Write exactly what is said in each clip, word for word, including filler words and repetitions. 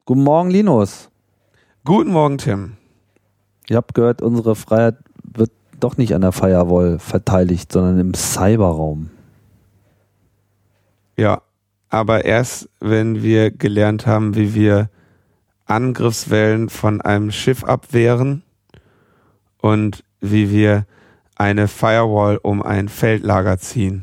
Guten Morgen, Linus. Guten Morgen, Tim. Ihr habt gehört, unsere Freiheit wird doch nicht an der Firewall verteidigt, sondern im Cyberraum. Ja, aber erst, wenn wir gelernt haben, wie wir Angriffswellen von einem Schiff abwehren und wie wir eine Firewall um ein Feldlager ziehen.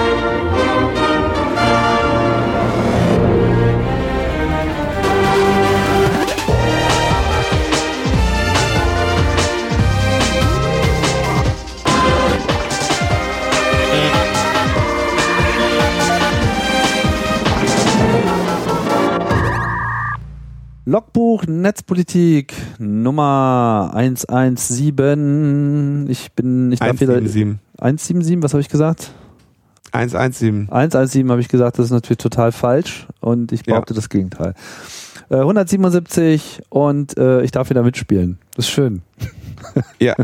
Logbuch Netzpolitik Nummer hundertsiebzehn. Ich bin, ich darf wieder hundertsiebzehn. hundertsiebenundsiebzig, was habe ich gesagt? hundertsiebzehn. hundertsiebzehn habe ich gesagt, das ist natürlich total falsch und ich behaupte ja. das Gegenteil. Äh, hundertsiebenundsiebzig und äh, ich darf wieder mitspielen. Das ist schön. Ja.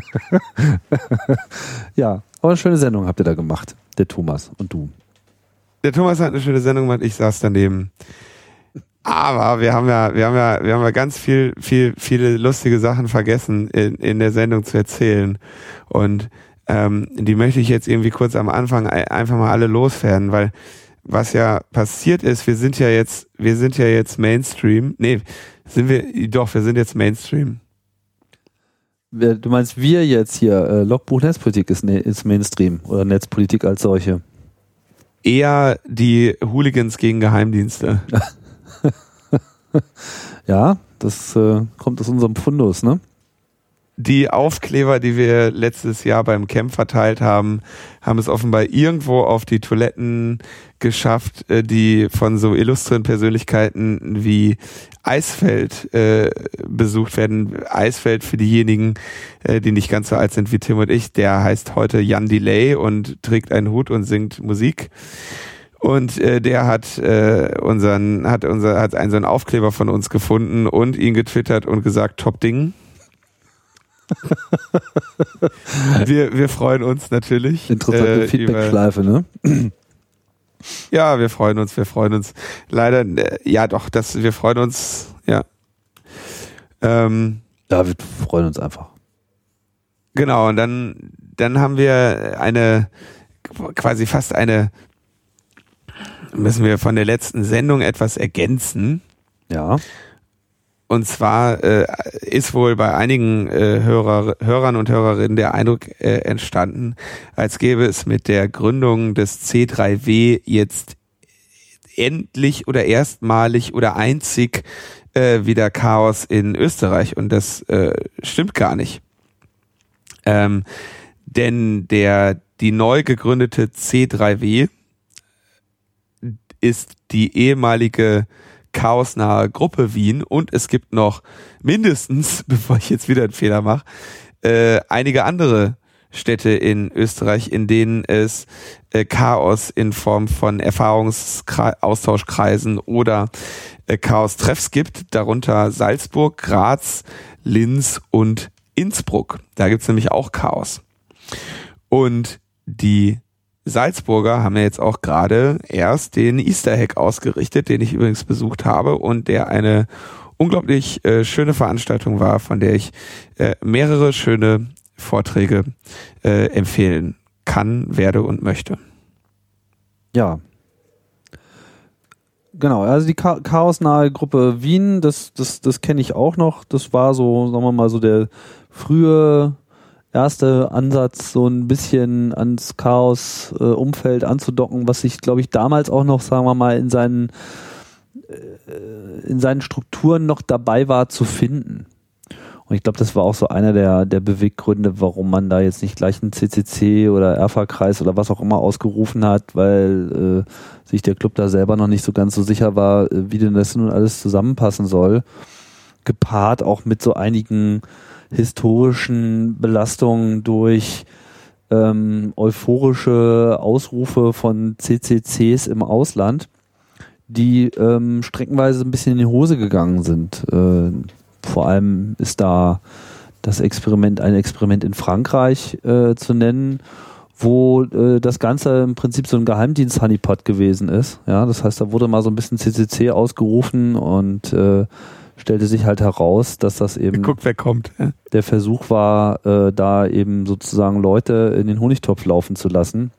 Ja, aber eine schöne Sendung habt ihr da gemacht, der Thomas und du. Der Thomas hat eine schöne Sendung gemacht, ich saß daneben. Aber wir haben ja, wir haben ja, wir haben ja ganz viel, viel, viele lustige Sachen vergessen in, in der Sendung zu erzählen. Und ähm, die möchte ich jetzt irgendwie kurz am Anfang einfach mal alle loswerden, weil was ja passiert ist, wir sind ja jetzt, wir sind ja jetzt Mainstream. Nee, sind wir, doch, wir sind jetzt Mainstream. Du meinst wir jetzt hier, äh, Logbuch Netzpolitik ist, ne, ist Mainstream oder Netzpolitik als solche? Eher die Hooligans gegen Geheimdienste. Ja, das äh, kommt aus unserem Fundus, ne? Die Aufkleber, die wir letztes Jahr beim Camp verteilt haben, haben es offenbar irgendwo auf die Toiletten geschafft, äh, die von so illustren Persönlichkeiten wie Eisfeld äh, besucht werden. Eisfeld für diejenigen, äh, die nicht ganz so alt sind wie Tim und ich, der heißt heute Jan Delay und trägt einen Hut und singt Musik. Und äh, der hat äh, unseren, hat unser, hat einen so einen Aufkleber von uns gefunden und ihn getwittert und gesagt, top Ding. wir, wir freuen uns natürlich. Interessante äh, Feedback-Schleife, ne? Ja, wir freuen uns, wir freuen uns. Leider, äh, ja doch, das, wir freuen uns, ja. Ähm, ja, wir freuen uns einfach. Genau, und dann, dann haben wir eine, quasi fast eine, müssen wir von der letzten Sendung etwas ergänzen. Ja. Und zwar äh, ist wohl bei einigen äh, Hörer, Hörern und Hörerinnen der Eindruck äh, entstanden, als gäbe es mit der Gründung des C drei W jetzt endlich oder erstmalig oder einzig äh, wieder Chaos in Österreich. Und das äh, stimmt gar nicht. Ähm, denn der die neu gegründete C drei W ist die ehemalige chaosnahe Gruppe Wien und es gibt noch mindestens, bevor ich jetzt wieder einen Fehler mache, äh, einige andere Städte in Österreich, in denen es äh, Chaos in Form von Erfahrungsaustauschkreisen oder äh, Chaos-Treffs gibt, darunter Salzburg, Graz, Linz und Innsbruck. Da gibt es nämlich auch Chaos. Und die Salzburger haben ja jetzt auch gerade erst den Easter Hack ausgerichtet, den ich übrigens besucht habe und der eine unglaublich äh, schöne Veranstaltung war, von der ich äh, mehrere schöne Vorträge äh, empfehlen kann, werde und möchte. Ja. Genau, also die Cha- chaosnahe Gruppe Wien, das, das, das kenne ich auch noch. Das war so, sagen wir mal, so der frühe erste Ansatz, so ein bisschen ans Chaos-Umfeld äh, anzudocken, was sich, glaube ich, damals auch noch, sagen wir mal, in seinen, äh, in seinen Strukturen noch dabei war zu finden. Und ich glaube, das war auch so einer der, der Beweggründe, warum man da jetzt nicht gleich einen C C C oder R F A-Kreis oder was auch immer ausgerufen hat, weil äh, sich der Club da selber noch nicht so ganz so sicher war, wie denn das nun alles zusammenpassen soll. Gepaart auch mit so einigen historischen Belastungen durch ähm, euphorische Ausrufe von C C Cs im Ausland, die ähm, streckenweise ein bisschen in die Hose gegangen sind. Äh, vor allem ist da das Experiment, ein Experiment in Frankreich äh, zu nennen, wo äh, das Ganze im Prinzip so ein Geheimdienst-Honeypot gewesen ist. Ja, das heißt, da wurde mal so ein bisschen C C C ausgerufen und äh, stellte sich halt heraus, dass das eben Guckt, wer kommt. Ja. der Versuch war, äh, da eben sozusagen Leute in den Honigtopf laufen zu lassen.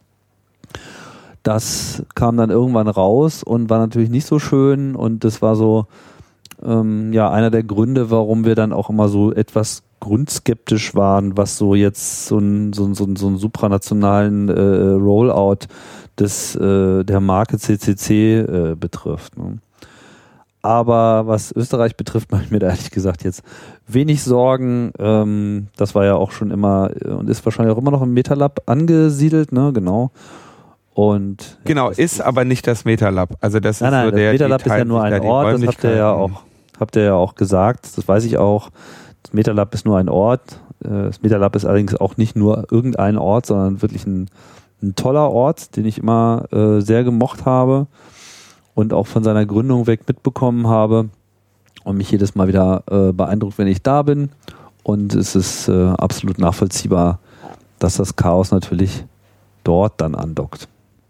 Das kam dann irgendwann raus und war natürlich nicht so schön und das war so ähm, ja einer der Gründe, warum wir dann auch immer so etwas grundskeptisch waren, was so jetzt so einen so, so, so einen supranationalen äh, Rollout des äh, der Marke C C C äh, betrifft. Ne? Aber was Österreich betrifft, mache ich mir da ehrlich gesagt jetzt wenig Sorgen. Ähm, das war ja auch schon immer und ist wahrscheinlich auch immer noch im MetaLab angesiedelt, ne? Genau. Und genau, ja, ist aber nicht das MetaLab. Also das nein, ist nein, so das der MetaLab ist ja nur ein Ort, das habt ihr ja auch, habt ihr ja auch gesagt, das weiß ich auch. Das MetaLab ist nur ein Ort. Das MetaLab ist allerdings auch nicht nur irgendein Ort, sondern wirklich ein, ein toller Ort, den ich immer äh, sehr gemocht habe und auch von seiner Gründung weg mitbekommen habe und mich jedes Mal wieder äh, beeindruckt, wenn ich da bin. Und es ist äh, absolut nachvollziehbar, dass das Chaos natürlich dort dann andockt.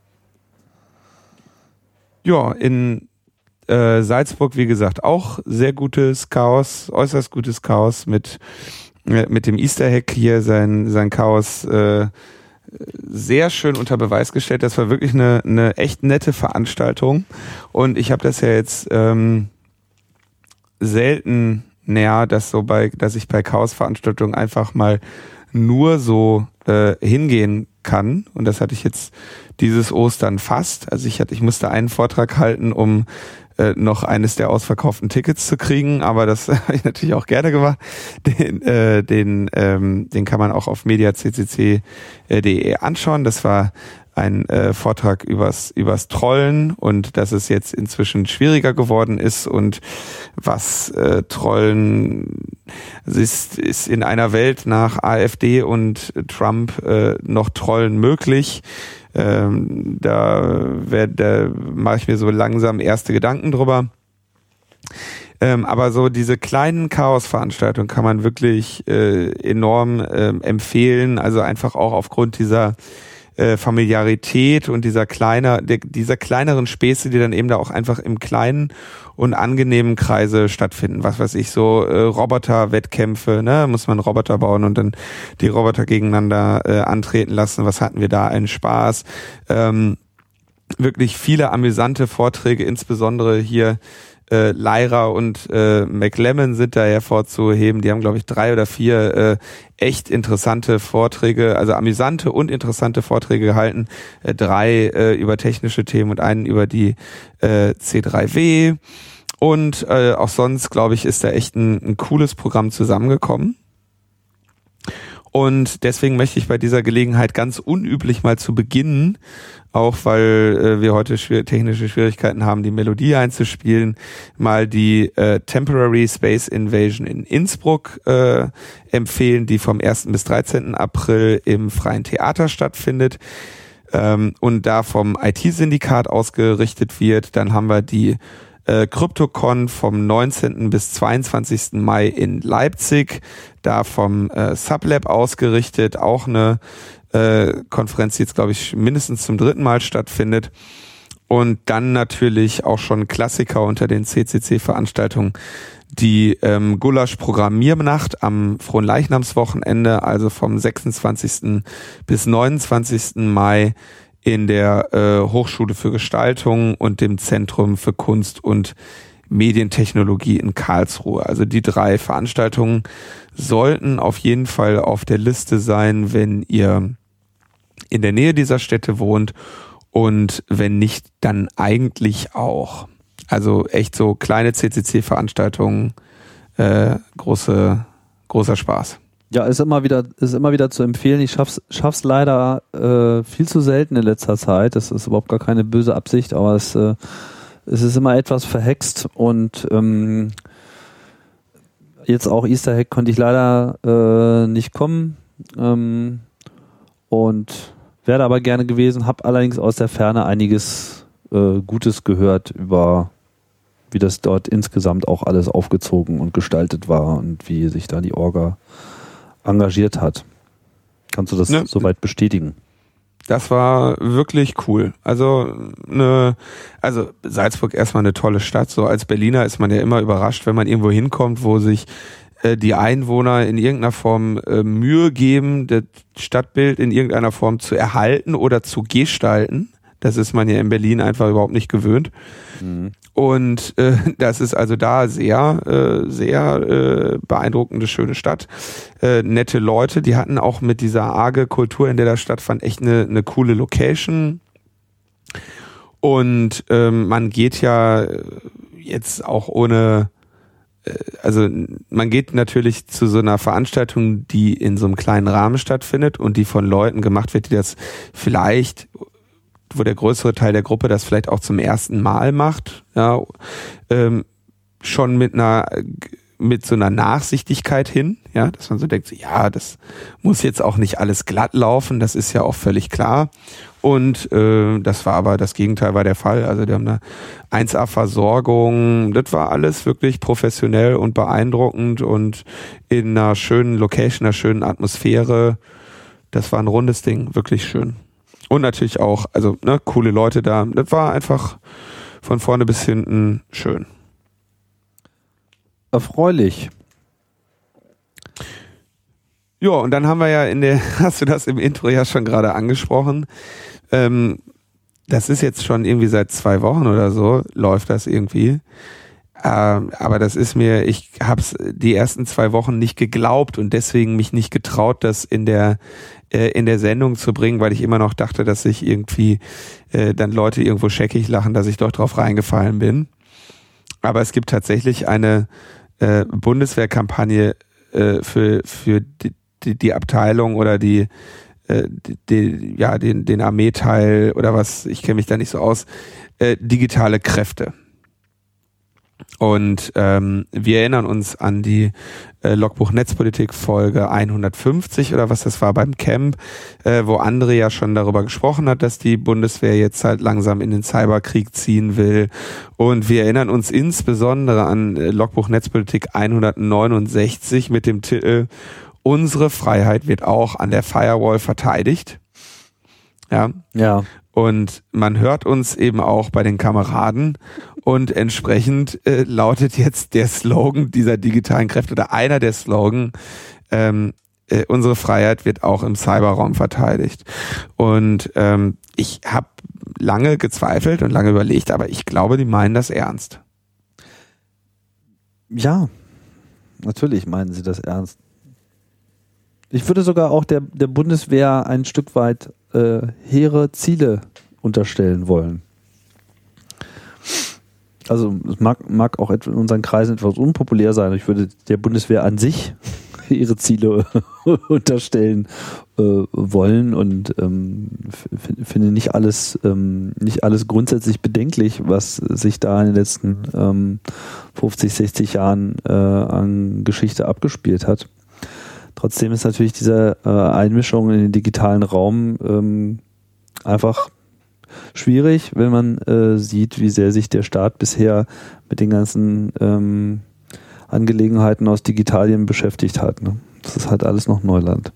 Ja, in äh, Salzburg, wie gesagt, auch sehr gutes Chaos, äußerst gutes Chaos mit, äh, mit dem Easter Hack hier, sein, sein Chaos äh, sehr schön unter Beweis gestellt. Das war wirklich eine, eine echt nette Veranstaltung und ich habe das ja jetzt ähm, selten näher, dass so bei, dass ich bei Chaos-Veranstaltungen einfach mal nur so äh, hingehen kann und das hatte ich jetzt dieses Ostern fast. Also ich hatte, ich musste einen Vortrag halten, um äh, noch eines der ausverkauften Tickets zu kriegen, aber das habe ich natürlich auch gerne gemacht. Den, äh, den, ähm, den kann man auch auf media c c c punkt d e anschauen. Das war ein äh, Vortrag übers übers Trollen und dass es jetzt inzwischen schwieriger geworden ist und was äh, Trollen also ist ist in einer Welt nach AfD und Trump äh, noch Trollen möglich. Ähm, da werd, da mache ich mir so langsam erste Gedanken drüber. Ähm, aber so diese kleinen Chaos-Veranstaltungen kann man wirklich äh, enorm äh, empfehlen. Also einfach auch aufgrund dieser äh, Familiarität und dieser kleiner, der, dieser kleineren Späße, die dann eben da auch einfach im kleinen und angenehmen Kreise stattfinden. Was weiß ich, so äh, Roboter-Wettkämpfe, ne, muss man Roboter bauen und dann die Roboter gegeneinander äh, antreten lassen. Was hatten wir da? Einen Spaß. Ähm, wirklich viele amüsante Vorträge, insbesondere hier äh, Lyra und äh, McLemmon sind da hervorzuheben. Die haben, glaube ich, drei oder vier äh, echt interessante Vorträge, also amüsante und interessante Vorträge gehalten. Äh, drei äh, über technische Themen und einen über die äh, C drei W. Und äh, auch sonst, glaube ich, ist da echt ein, ein cooles Programm zusammengekommen. Und deswegen möchte ich bei dieser Gelegenheit ganz unüblich mal zu Beginn, auch weil äh, wir heute schwer, technische Schwierigkeiten haben, die Melodie einzuspielen, mal die äh, Temporary Space Invasion in Innsbruck äh, empfehlen, die vom ersten bis dreizehnten April im Freien Theater stattfindet ähm, und da vom I T-Syndikat ausgerichtet wird. Dann haben wir die Äh, CryptoCon vom neunzehnten bis zweiundzwanzigsten Mai in Leipzig, da vom äh, Sublab ausgerichtet, auch eine äh, Konferenz, die jetzt, glaube ich, mindestens zum dritten Mal stattfindet. Und dann natürlich auch schon Klassiker unter den C C C-Veranstaltungen, die ähm, Gulasch-Programmiernacht am Fronleichnamswochenende, also vom sechsundzwanzigsten bis neunundzwanzigsten Mai in der äh, Hochschule für Gestaltung und dem Zentrum für Kunst und Medientechnologie in Karlsruhe. Also die drei Veranstaltungen sollten auf jeden Fall auf der Liste sein, wenn ihr in der Nähe dieser Städte wohnt und wenn nicht, dann eigentlich auch. Also echt so kleine C C C-Veranstaltungen, äh, große, großer Spaß. Ja, ist immer wieder, ist immer wieder zu empfehlen. Ich schaff's, schaff's leider äh, viel zu selten in letzter Zeit. Das ist überhaupt gar keine böse Absicht, aber es, äh, es ist immer etwas verhext und ähm, jetzt auch Easter Hack konnte ich leider äh, nicht kommen ähm, und wäre aber gerne gewesen, habe allerdings aus der Ferne einiges äh, Gutes gehört über wie das dort insgesamt auch alles aufgezogen und gestaltet war und wie sich da die Orga engagiert hat. Kannst du das ne, soweit bestätigen? Das war wirklich cool. Also eine, also Salzburg erstmal eine tolle Stadt. So als Berliner ist man ja immer überrascht, wenn man irgendwo hinkommt, wo sich äh, die Einwohner in irgendeiner Form äh, Mühe geben, das Stadtbild in irgendeiner Form zu erhalten oder zu gestalten. Das ist man ja in Berlin einfach überhaupt nicht gewöhnt. Mhm. Und äh, das ist also da sehr, äh, sehr äh, beeindruckende, schöne Stadt. Äh, nette Leute, die hatten auch mit dieser arge Kultur, in der das stattfand, echt eine, eine coole Location. Und ähm, man geht ja jetzt auch ohne, äh, also man geht natürlich zu so einer Veranstaltung, die in so einem kleinen Rahmen stattfindet und die von Leuten gemacht wird, die das vielleicht, wo der größere Teil der Gruppe das vielleicht auch zum ersten Mal macht, ja, ähm, schon mit einer, mit so einer Nachsichtigkeit hin, ja, dass man so denkt, ja, das muss jetzt auch nicht alles glatt laufen, das ist ja auch völlig klar. Und äh, das war aber, das Gegenteil war der Fall. Also die haben eine eins A Versorgung, das war alles wirklich professionell und beeindruckend und in einer schönen Location, einer schönen Atmosphäre. Das war ein rundes Ding, wirklich schön. Und natürlich auch, also ne, coole Leute da. Das war einfach von vorne bis hinten schön. Erfreulich. Ja, und dann haben wir ja in der, hast du das im Intro ja schon gerade angesprochen, ähm, das ist jetzt schon irgendwie seit zwei Wochen oder so, läuft das irgendwie. Ähm, aber das ist mir, ich hab's die ersten zwei Wochen nicht geglaubt und deswegen mich nicht getraut, das in der äh, in der Sendung zu bringen, weil ich immer noch dachte, dass sich irgendwie äh, dann Leute irgendwo scheckig lachen, dass ich doch drauf reingefallen bin. Aber es gibt tatsächlich eine äh, Bundeswehrkampagne äh, für für die, die, die Abteilung oder die, äh, die, die ja den den Armeeteil oder was, ich kenne mich da nicht so aus, äh, digitale Kräfte. Und ähm, wir erinnern uns an die äh, Logbuch Netzpolitik Folge hundertfünfzig oder was das war beim Camp, äh, wo André ja schon darüber gesprochen hat, dass die Bundeswehr jetzt halt langsam in den Cyberkrieg ziehen will. Und wir erinnern uns insbesondere an äh, Logbuch Netzpolitik hundertneunundsechzig mit dem Titel Unsere Freiheit wird auch an der Firewall verteidigt. Ja. Ja. Und man hört uns eben auch bei den Kameraden und entsprechend äh, lautet jetzt der Slogan dieser digitalen Kräfte oder einer der Slogan, ähm, äh, unsere Freiheit wird auch im Cyberraum verteidigt. Und ähm, ich habe lange gezweifelt und lange überlegt, aber ich glaube, die meinen das ernst. Ja, natürlich meinen sie das ernst. Ich würde sogar auch der, der Bundeswehr ein Stück weit äh, hehre Ziele unterstellen wollen. Also es mag, mag auch in unseren Kreisen etwas unpopulär sein. Ich würde der Bundeswehr an sich ihre Ziele unterstellen äh, wollen und ähm, f- finde nicht alles, ähm, nicht alles grundsätzlich bedenklich, was sich da in den letzten ähm, fünfzig, sechzig Jahren äh, an Geschichte abgespielt hat. Trotzdem ist natürlich diese äh, Einmischung in den digitalen Raum ähm, einfach schwierig, wenn man äh, sieht, wie sehr sich der Staat bisher mit den ganzen ähm, Angelegenheiten aus Digitalien beschäftigt hat. Ne? Das ist halt alles noch Neuland.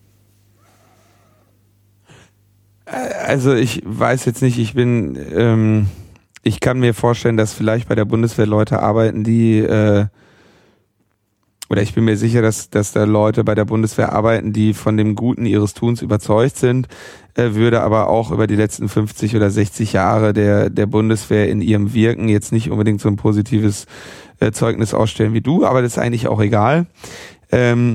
Also ich weiß jetzt nicht, ich bin, ähm, ich kann mir vorstellen, dass vielleicht bei der Bundeswehr Leute arbeiten, die äh, oder ich bin mir sicher, dass, dass da Leute bei der Bundeswehr arbeiten, die von dem Guten ihres Tuns überzeugt sind, äh, würde aber auch über die letzten fünfzig oder sechzig Jahre der, der Bundeswehr in ihrem Wirken jetzt nicht unbedingt so ein positives äh, Zeugnis ausstellen wie du, aber das ist eigentlich auch egal. Ähm,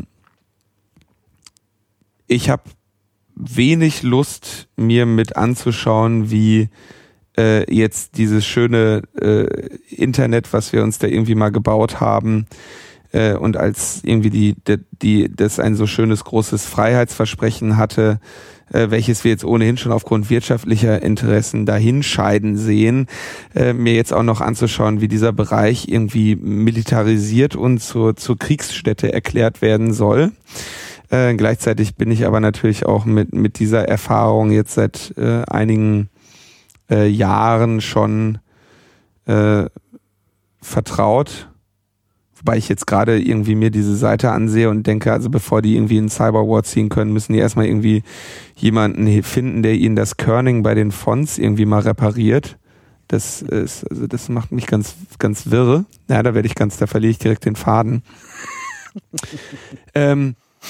ich habe wenig Lust, mir mit anzuschauen, wie äh, jetzt dieses schöne äh, Internet, was wir uns da irgendwie mal gebaut haben, und als irgendwie die, die, die, das ein so schönes großes Freiheitsversprechen hatte, äh, welches wir jetzt ohnehin schon aufgrund wirtschaftlicher Interessen dahinscheiden sehen, äh, mir jetzt auch noch anzuschauen, wie dieser Bereich irgendwie militarisiert und zur, zur Kriegsstätte erklärt werden soll. Äh, gleichzeitig bin ich aber natürlich auch mit, mit dieser Erfahrung jetzt seit äh, einigen äh, Jahren schon äh, vertraut. Wobei ich jetzt gerade irgendwie mir diese Seite ansehe und denke, also bevor die irgendwie in Cyberwar ziehen können, müssen die erstmal irgendwie jemanden finden, der ihnen das Kerning bei den Fonts irgendwie mal repariert. Das ist, also das macht mich ganz, ganz wirre. Ja, da werde ich ganz, da verliere ich direkt den Faden. ähm,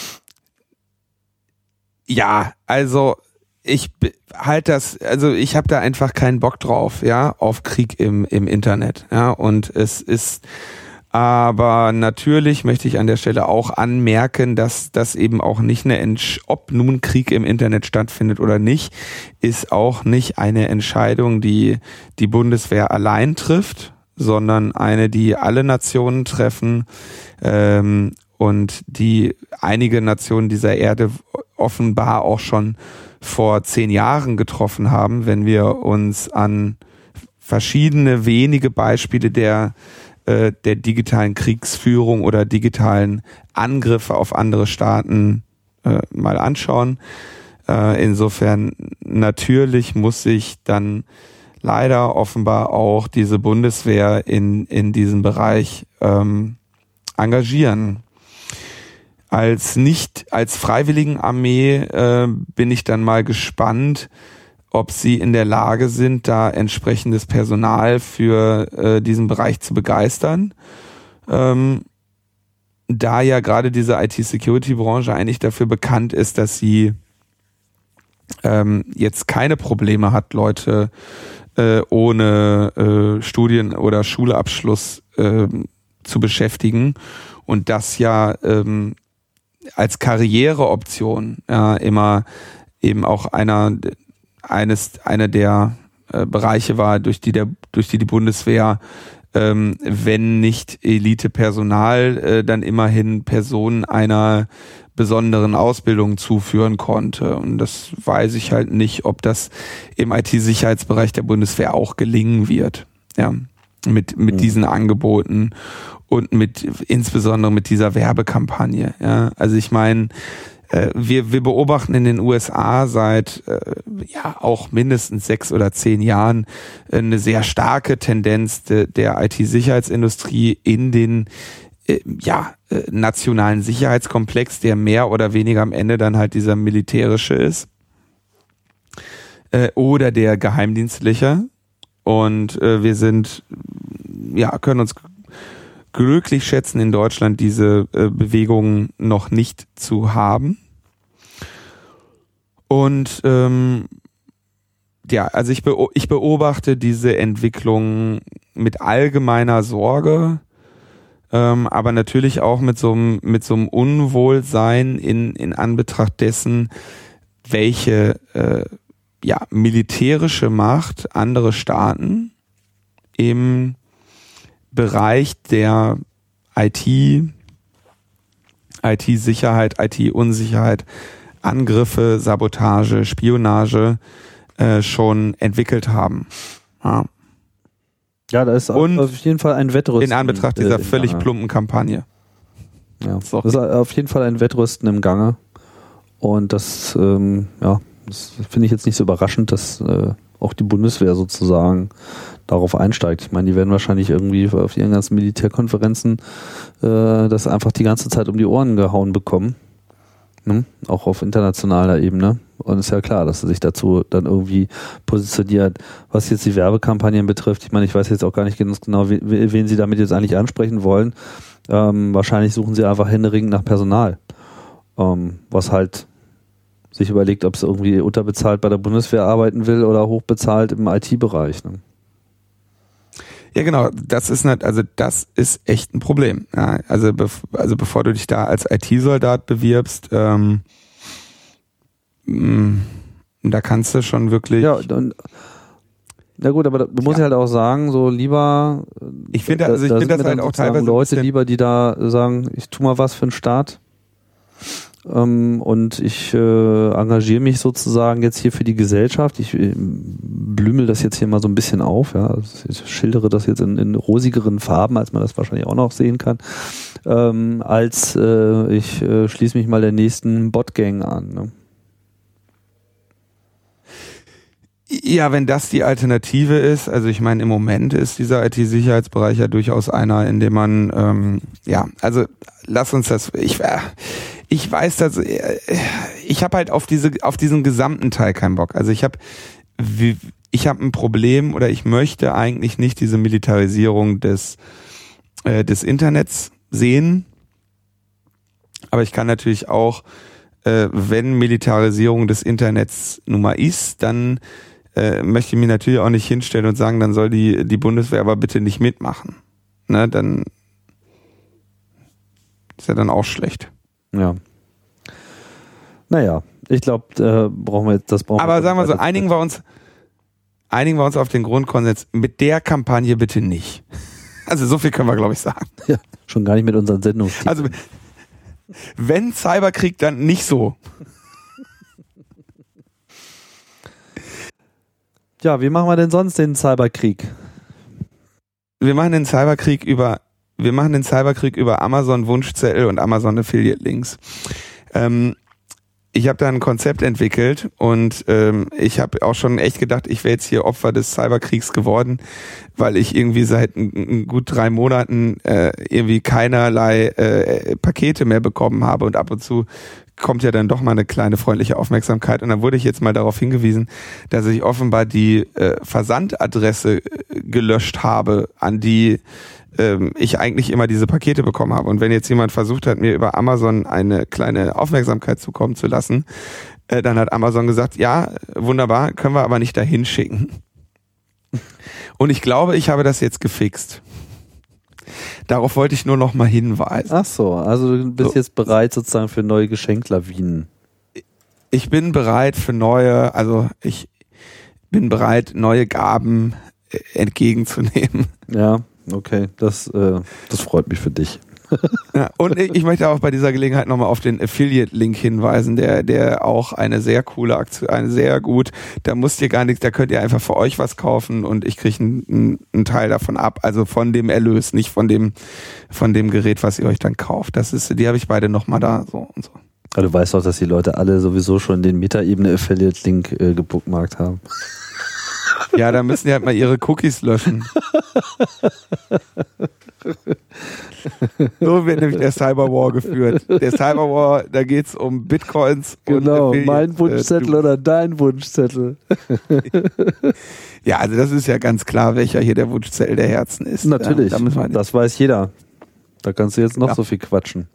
ja, also ich halt das, also ich habe da einfach keinen Bock drauf, ja, auf Krieg im, im Internet, ja, und es ist, aber natürlich möchte ich an der Stelle auch anmerken, dass das eben auch nicht eine, Entsch- ob nun Krieg im Internet stattfindet oder nicht, ist auch nicht eine Entscheidung, die die Bundeswehr allein trifft, sondern eine, die alle Nationen treffen, ähm, und die einige Nationen dieser Erde offenbar auch schon vor zehn Jahren getroffen haben, wenn wir uns an verschiedene wenige Beispiele der äh, der digitalen Kriegsführung oder digitalen Angriffe auf andere Staaten äh, mal anschauen. Äh, insofern natürlich muss sich dann leider offenbar auch diese Bundeswehr in in diesem Bereich ähm, engagieren. Als nicht, als Freiwilligenarmee äh, bin ich dann mal gespannt, ob sie in der Lage sind, da entsprechendes Personal für äh, diesen Bereich zu begeistern. Ähm, da ja gerade diese I T-Security-Branche eigentlich dafür bekannt ist, dass sie ähm, jetzt keine Probleme hat, Leute äh, ohne äh, Studien- oder Schulabschluss äh, zu beschäftigen und das ja ähm, als Karriereoption ja, immer eben auch einer eines einer der äh, Bereiche war, durch die der durch die die Bundeswehr, ähm, wenn nicht Elitepersonal, äh, dann immerhin Personen einer besonderen Ausbildung zuführen konnte. Und das weiß ich halt nicht, ob das im I T-Sicherheitsbereich der Bundeswehr auch gelingen wird. Ja, mit mit mhm. diesen Angeboten. Und mit, insbesondere mit dieser Werbekampagne, ja. Also ich meine, äh, wir, wir beobachten in den U S A seit, äh, ja, auch mindestens sechs oder zehn Jahren äh, eine sehr starke Tendenz de, der I T-Sicherheitsindustrie in den, äh, ja, äh, nationalen Sicherheitskomplex, der mehr oder weniger am Ende dann halt dieser militärische ist, äh, oder der geheimdienstliche. Und äh, wir sind, ja, können uns glücklich schätzen, in Deutschland diese äh, Bewegungen noch nicht zu haben. Und ähm, ja, also ich, beo- ich beobachte diese Entwicklung mit allgemeiner Sorge, ähm, aber natürlich auch mit so einem mit so einem Unwohlsein in in Anbetracht dessen, welche äh, ja militärische Macht andere Staaten im Bereich der I T, I T-Sicherheit, I T-Unsicherheit, Angriffe, Sabotage, Spionage äh, schon entwickelt haben. Ja, ja da ist Und auf jeden Fall ein Wettrüsten. In Anbetracht dieser äh, völlig Gange. plumpen Kampagne. Ja, das ist auf jeden Fall ein Wettrüsten im Gange. Und das, ähm, ja, das finde ich jetzt nicht so überraschend, dass äh, auch die Bundeswehr sozusagen darauf einsteigt. Ich meine, die werden wahrscheinlich irgendwie auf ihren ganzen Militärkonferenzen äh, das einfach die ganze Zeit um die Ohren gehauen bekommen. Ne? Auch auf internationaler Ebene. Und ist ja klar, dass sie sich dazu dann irgendwie positioniert. Was jetzt die Werbekampagnen betrifft, ich meine, ich weiß jetzt auch gar nicht ganz genau, wen, wen sie damit jetzt eigentlich ansprechen wollen. Ähm, wahrscheinlich suchen sie einfach händeringend nach Personal. Ähm, was halt sich überlegt, ob es irgendwie unterbezahlt bei der Bundeswehr arbeiten will oder hochbezahlt im I T-Bereich. Ne? Ja, genau. Das ist nicht, also das ist echt ein Problem. Ja, also, bev- also bevor du dich da als I T-Soldat bewirbst, ähm, mh, da kannst du schon wirklich. Ja, und, na gut, aber da, du musst ja halt auch sagen, so lieber. Ich finde, also ich da finde sind das mir halt auch sozusagen teilweise Leute lieber, die da sagen, ich tu mal was für den Staat. Ähm, und ich äh, engagiere mich sozusagen jetzt hier für die Gesellschaft. Ich äh, blümel das jetzt hier mal so ein bisschen auf. Ja. Ich schildere das jetzt in, in rosigeren Farben, als man das wahrscheinlich auch noch sehen kann. Ähm, als äh, ich äh, schließe mich mal der nächsten Bot-Gang an. Ne? Ja, wenn das die Alternative ist, also ich meine, im Moment ist dieser I T-Sicherheitsbereich ja durchaus einer, in dem man, ähm, ja, also lass uns das, ich, äh, ich weiß, dass, äh, ich habe halt auf diese, auf diesen gesamten Teil keinen Bock. Also ich habe, ich habe ein Problem oder ich möchte eigentlich nicht diese Militarisierung des, äh, des Internets sehen, aber ich kann natürlich auch, äh, wenn Militarisierung des Internets nun mal ist, dann äh, möchte ich mich natürlich auch nicht hinstellen und sagen, dann soll die, die Bundeswehr aber bitte nicht mitmachen. Ne, dann ist ja dann auch schlecht. Ja. Naja, ich glaube, äh, brauchen wir jetzt, das brauchen wir. Aber sagen wir so, einigen wir uns, einigen wir uns auf den Grundkonsens, mit der Kampagne bitte nicht. Also so viel können wir, glaube ich, sagen. Ja, schon gar nicht mit unseren Sendungstiteln. Also wenn Cyberkrieg, dann nicht so. Ja, wie machen wir denn sonst den Cyberkrieg? Wir machen den Cyberkrieg über, wir machen den Cyberkrieg über Amazon Wunschzettel und Amazon Affiliate Links. Ähm, ich habe da ein Konzept entwickelt und ähm, ich habe auch schon echt gedacht, ich wäre jetzt hier Opfer des Cyberkriegs geworden, weil ich irgendwie seit n- n- gut drei Monaten äh, irgendwie keinerlei äh, Pakete mehr bekommen habe und ab und zu kommt ja dann doch mal eine kleine freundliche Aufmerksamkeit und dann wurde ich jetzt mal darauf hingewiesen, dass ich offenbar die äh, Versandadresse äh, gelöscht habe, an die ähm, ich eigentlich immer diese Pakete bekommen habe. Und wenn jetzt jemand versucht hat, mir über Amazon eine kleine Aufmerksamkeit zukommen zu lassen, äh, dann hat Amazon gesagt, ja, wunderbar, können wir aber nicht dahin schicken. Und ich glaube, ich habe das jetzt gefixt. Darauf wollte ich nur noch mal hinweisen. Ach so, also du bist so. jetzt bereit sozusagen für neue Geschenklawinen. Ich bin bereit für neue, also ich bin bereit, neue Gaben entgegenzunehmen. Ja, okay, das, äh, das freut mich für dich. Ja, und ich möchte auch bei dieser Gelegenheit nochmal auf den Affiliate-Link hinweisen, der, der auch eine sehr coole Aktion, eine sehr gut, da müsst ihr gar nichts, da könnt ihr einfach für euch was kaufen und ich kriege einen, einen Teil davon ab, also von dem Erlös, nicht von dem, von dem Gerät, was ihr euch dann kauft. Das ist, die habe ich beide nochmal da, so und so. Aber du weißt doch, dass die Leute alle sowieso schon den Meta-Ebene-Affiliate-Link äh, gebookmarkt haben. Ja, da müssen die halt mal ihre Cookies löschen. So wird nämlich der Cyberwar geführt. Der Cyberwar, da geht's um Bitcoins. Genau, und mein Wunschzettel äh, oder dein Wunschzettel. Ja, also das ist ja ganz klar, welcher hier der Wunschzettel der Herzen ist. Natürlich, ja, da das weiß jeder. Da kannst du jetzt noch ja. so viel quatschen.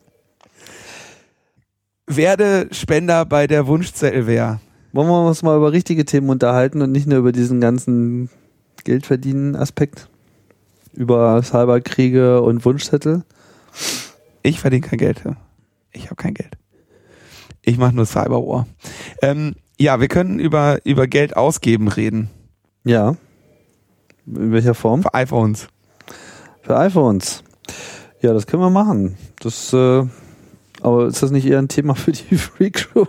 Werde Spender bei der Wunschzettelwehr. Wollen wir uns mal über richtige Themen unterhalten und nicht nur über diesen ganzen Geldverdienen-Aspekt? Über Cyberkriege und Wunschzettel? Ich verdiene kein Geld. Ich habe kein Geld. Ich mache nur Cyberwar. Ähm, ja, wir können über, über Geld ausgeben reden. Ja. In welcher Form? Für iPhones. Für iPhones. Ja, das können wir machen. Das, äh, aber ist das nicht eher ein Thema für die Freakshow?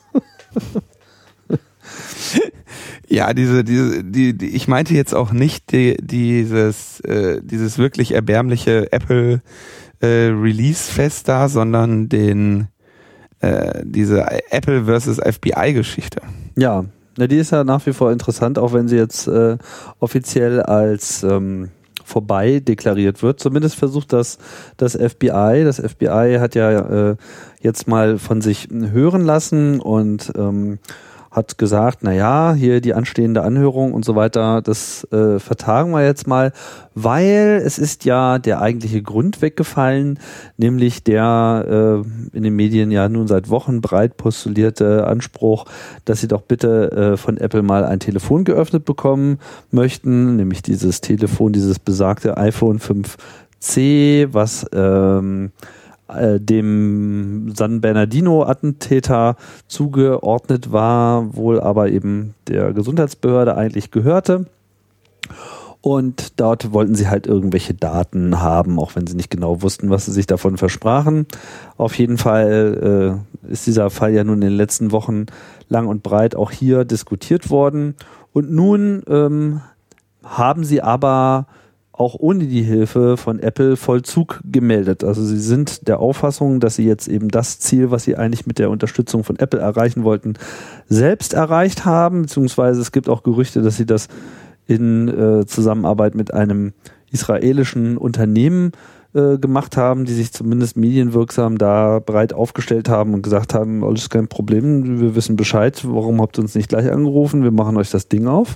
Ja, diese, diese, die, die, ich meinte jetzt auch nicht die, dieses, äh, dieses wirklich erbärmliche Apple äh, Release-Fest da, sondern den, äh, diese Apple versus F B I-Geschichte. Ja, na, die ist ja nach wie vor interessant, auch wenn sie jetzt äh, offiziell als ähm, vorbei deklariert wird. Zumindest versucht das das F B I. Das F B I hat ja äh, jetzt mal von sich hören lassen und ähm, hat gesagt, na ja, hier die anstehende Anhörung und so weiter, das äh, vertagen wir jetzt mal, weil es ist ja der eigentliche Grund weggefallen, nämlich der äh, in den Medien ja nun seit Wochen breit postulierte Anspruch, dass sie doch bitte äh, von Apple mal ein Telefon geöffnet bekommen möchten, nämlich dieses Telefon, dieses besagte iPhone fünf C, was ähm, dem San Bernardino-Attentäter zugeordnet war, wohl aber eben der Gesundheitsbehörde eigentlich gehörte. Und dort wollten sie halt irgendwelche Daten haben, auch wenn sie nicht genau wussten, was sie sich davon versprachen. Auf jeden Fall äh, ist dieser Fall ja nun in den letzten Wochen lang und breit auch hier diskutiert worden. Und nun ähm, haben sie aber auch ohne die Hilfe von Apple Vollzug gemeldet. Also sie sind der Auffassung, dass sie jetzt eben das Ziel, was sie eigentlich mit der Unterstützung von Apple erreichen wollten, selbst erreicht haben, beziehungsweise es gibt auch Gerüchte, dass sie das in äh, Zusammenarbeit mit einem israelischen Unternehmen äh, gemacht haben, die sich zumindest medienwirksam da breit aufgestellt haben und gesagt haben, alles kein Problem, wir wissen Bescheid, warum habt ihr uns nicht gleich angerufen, wir machen euch das Ding auf.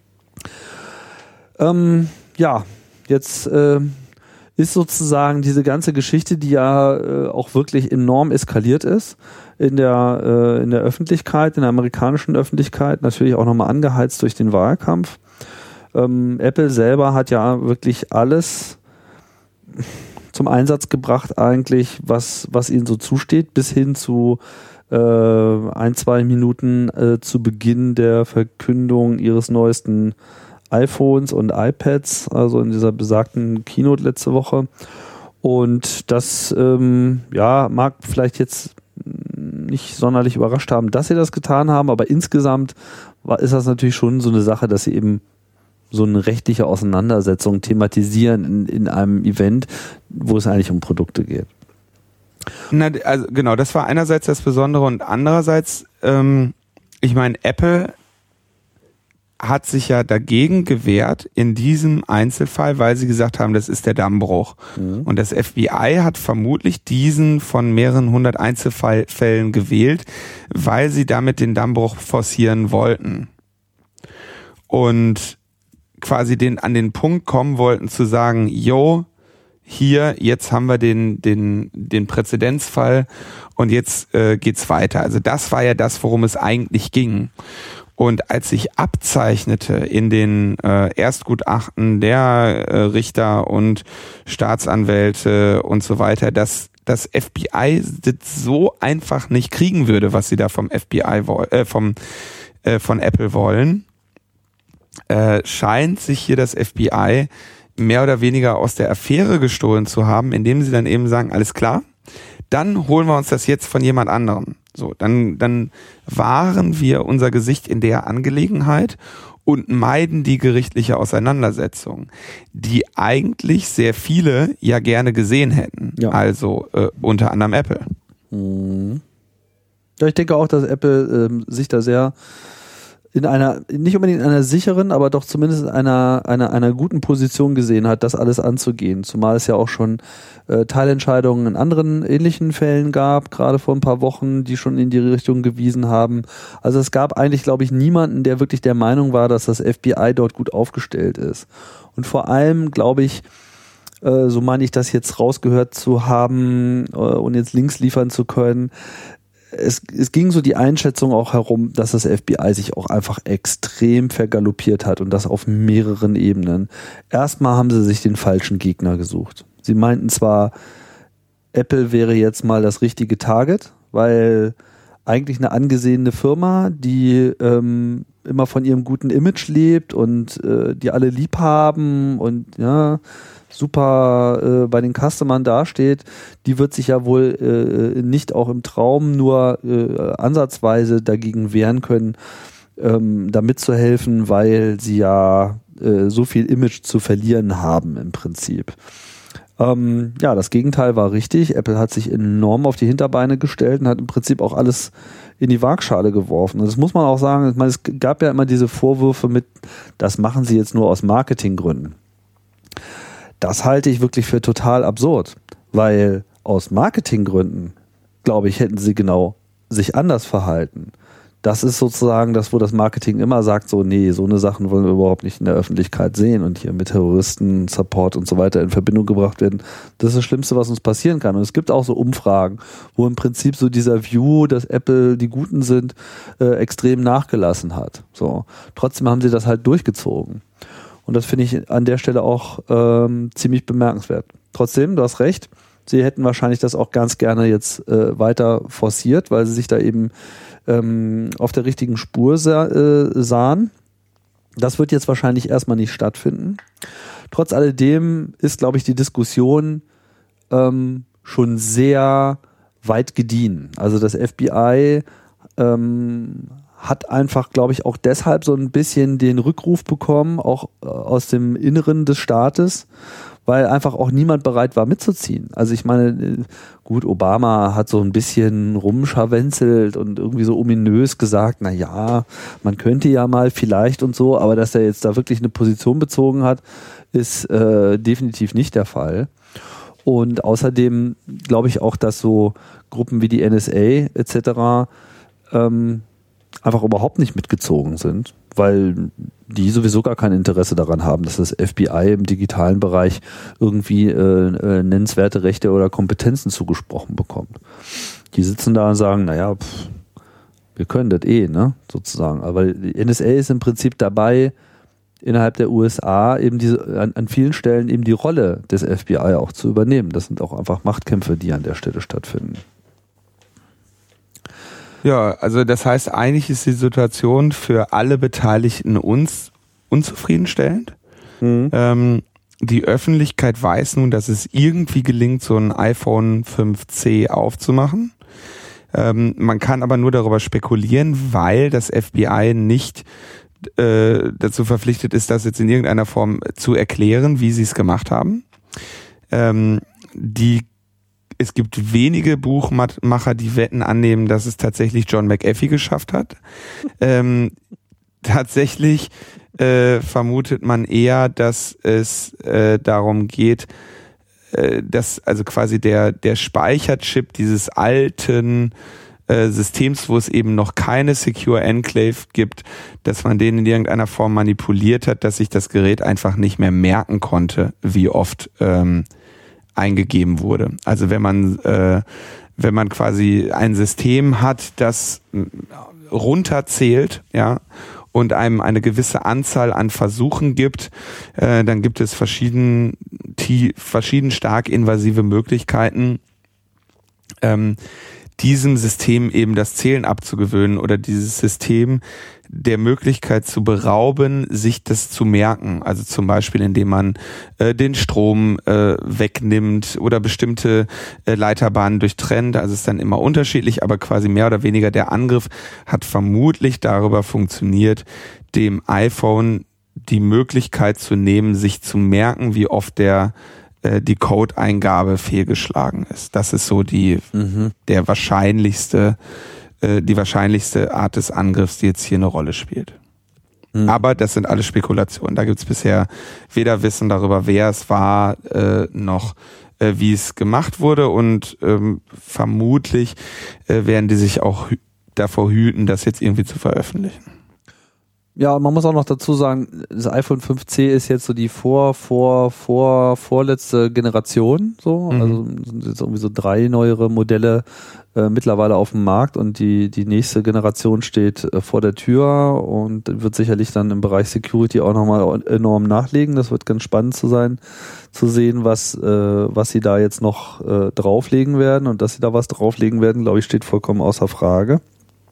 Ähm, ja, jetzt äh, ist sozusagen diese ganze Geschichte, die ja äh, auch wirklich enorm eskaliert ist in der, äh, in der Öffentlichkeit, in der amerikanischen Öffentlichkeit, natürlich auch nochmal angeheizt durch den Wahlkampf. Ähm, Apple selber hat ja wirklich alles zum Einsatz gebracht eigentlich, was, was ihnen so zusteht, bis hin zu äh, ein, zwei Minuten äh, zu Beginn der Verkündung ihres neuesten iPhones und iPads, also in dieser besagten Keynote letzte Woche. Und das ähm, ja, mag vielleicht jetzt nicht sonderlich überrascht haben, dass sie das getan haben, aber insgesamt war, ist das natürlich schon so eine Sache, dass sie eben so eine rechtliche Auseinandersetzung thematisieren in, in einem Event, wo es eigentlich um Produkte geht. Na, also genau, das war einerseits das Besondere und andererseits, ähm, ich meine, Apple hat sich ja dagegen gewehrt in diesem Einzelfall, weil sie gesagt haben, das ist der Dammbruch. Mhm. Und das F B I hat vermutlich diesen von mehreren hundert Einzelfällen gewählt, weil sie damit den Dammbruch forcieren wollten. Und quasi den an den Punkt kommen wollten zu sagen, yo, hier, jetzt haben wir den den den Präzedenzfall und jetzt äh, geht's weiter. Also das war ja das, worum es eigentlich ging. Und als sich abzeichnete in den äh, Erstgutachten der äh, Richter und Staatsanwälte und so weiter, dass das F B I das so einfach nicht kriegen würde, was sie da vom F B I woll- äh, vom äh, von Apple wollen, äh, scheint sich hier das F B I mehr oder weniger aus der Affäre gestohlen zu haben, indem sie dann eben sagen, alles klar, dann holen wir uns das jetzt von jemand anderem. So, dann, dann wahren wir unser Gesicht in der Angelegenheit und meiden die gerichtliche Auseinandersetzung, die eigentlich sehr viele ja gerne gesehen hätten. Ja. Also äh, unter anderem Apple. Mhm. Ja, ich denke auch, dass Apple ähm, sich da sehr in einer, nicht unbedingt in einer sicheren, aber doch zumindest in einer, einer, einer guten Position gesehen hat, das alles anzugehen. Zumal es ja auch schon äh, Teilentscheidungen in anderen ähnlichen Fällen gab, gerade vor ein paar Wochen, die schon in die Richtung gewiesen haben. Also es gab eigentlich, glaube ich, niemanden, der wirklich der Meinung war, dass das F B I dort gut aufgestellt ist. Und vor allem, glaube ich, äh, so meine ich das jetzt rausgehört zu haben äh, und jetzt Links liefern zu können, Es, es ging so die Einschätzung auch herum, dass das F B I sich auch einfach extrem vergaloppiert hat und das auf mehreren Ebenen. Erstmal haben sie sich den falschen Gegner gesucht. Sie meinten zwar, Apple wäre jetzt mal das richtige Target, weil eigentlich eine angesehene Firma, die ähm, immer von ihrem guten Image lebt und äh, die alle lieb haben und ja, super äh, bei den Customern dasteht, die wird sich ja wohl äh, nicht auch im Traum nur äh, ansatzweise dagegen wehren können, ähm, da mitzuhelfen, weil sie ja äh, so viel Image zu verlieren haben im Prinzip. Ähm, ja, das Gegenteil war richtig. Apple hat sich enorm auf die Hinterbeine gestellt und hat im Prinzip auch alles in die Waagschale geworfen. Und das muss man auch sagen, ich meine, es gab ja immer diese Vorwürfe mit, das machen sie jetzt nur aus Marketinggründen. Das halte ich wirklich für total absurd, weil aus Marketinggründen, glaube ich, hätten sie genau sich anders verhalten. Das ist sozusagen das, wo das Marketing immer sagt, so nee, so eine Sachen wollen wir überhaupt nicht in der Öffentlichkeit sehen und hier mit Terroristen, Support und so weiter in Verbindung gebracht werden. Das ist das Schlimmste, was uns passieren kann. Und es gibt auch so Umfragen, wo im Prinzip so dieser View, dass Apple die Guten sind, äh, extrem nachgelassen hat. So. Trotzdem haben sie das halt durchgezogen. Und das finde ich an der Stelle auch ähm, ziemlich bemerkenswert. Trotzdem, du hast recht, sie hätten wahrscheinlich das auch ganz gerne jetzt äh, weiter forciert, weil sie sich da eben ähm, auf der richtigen Spur sah, äh, sahen. Das wird jetzt wahrscheinlich erstmal nicht stattfinden. Trotz alledem ist, glaube ich, die Diskussion ähm, schon sehr weit gediehen. Also das F B I ähm, hat einfach, glaube ich, auch deshalb so ein bisschen den Rückruf bekommen, auch äh, aus dem Inneren des Staates, weil einfach auch niemand bereit war mitzuziehen. Also ich meine, gut, Obama hat so ein bisschen rumscharwenzelt und irgendwie so ominös gesagt, na ja, man könnte ja mal vielleicht und so, aber dass er jetzt da wirklich eine Position bezogen hat, ist äh, definitiv nicht der Fall. Und außerdem glaube ich auch, dass so Gruppen wie die N S A et cetera ähm, einfach überhaupt nicht mitgezogen sind, weil die sowieso gar kein Interesse daran haben, dass das F B I im digitalen Bereich irgendwie äh, äh, nennenswerte Rechte oder Kompetenzen zugesprochen bekommt. Die sitzen da und sagen, naja, pff, wir können das eh, ne, sozusagen. Aber die N S A ist im Prinzip dabei, innerhalb der U S A eben diese, an, an vielen Stellen eben die Rolle des F B I auch zu übernehmen. Das sind auch einfach Machtkämpfe, die an der Stelle stattfinden. Ja, also das heißt, eigentlich ist die Situation für alle Beteiligten uns unzufriedenstellend. Mhm. Ähm, die Öffentlichkeit weiß nun, dass es irgendwie gelingt, so ein iPhone fünf C aufzumachen. Ähm, man kann aber nur darüber spekulieren, weil das F B I nicht äh, dazu verpflichtet ist, das jetzt in irgendeiner Form zu erklären, wie sie es gemacht haben. Ähm, die Es gibt wenige Buchmacher, die Wetten annehmen, dass es tatsächlich John McAfee geschafft hat. Ähm, tatsächlich äh, vermutet man eher, dass es äh, darum geht, äh, dass also quasi der der Speicherchip dieses alten äh, Systems, wo es eben noch keine Secure Enclave gibt, dass man den in irgendeiner Form manipuliert hat, dass sich das Gerät einfach nicht mehr merken konnte, wie oft ähm, eingegeben wurde. Also wenn man äh, wenn man quasi ein System hat, das runterzählt, ja, und einem eine gewisse Anzahl an Versuchen gibt, äh, dann gibt es verschieden, die, verschieden stark invasive Möglichkeiten, ähm, diesem System eben das Zählen abzugewöhnen oder dieses System der Möglichkeit zu berauben, sich das zu merken. Also zum Beispiel, indem man äh, den Strom äh, wegnimmt oder bestimmte äh, Leiterbahnen durchtrennt. Also es ist dann immer unterschiedlich, aber quasi mehr oder weniger der Angriff hat vermutlich darüber funktioniert, dem iPhone die Möglichkeit zu nehmen, sich zu merken, wie oft der äh, die Codeingabe fehlgeschlagen ist. Das ist so die mhm. der wahrscheinlichste die wahrscheinlichste Art des Angriffs, die jetzt hier eine Rolle spielt. Mhm. Aber das sind alles Spekulationen. Da gibt es bisher weder Wissen darüber, wer es war, äh, noch äh, wie es gemacht wurde. Und ähm, vermutlich äh, werden die sich auch hü- davor hüten, das jetzt irgendwie zu veröffentlichen. Ja, man muss auch noch dazu sagen, das iPhone fünf C ist jetzt so die vor, vor, vor, vorletzte Generation, so. Mhm. Also sind jetzt irgendwie so drei neuere Modelle äh, mittlerweile auf dem Markt und die, die nächste Generation steht äh, vor der Tür und wird sicherlich dann im Bereich Security auch nochmal enorm nachlegen. Das wird ganz spannend zu sein, zu sehen, was, äh, was sie da jetzt noch äh, drauflegen werden, und dass sie da was drauflegen werden, glaube ich, steht vollkommen außer Frage.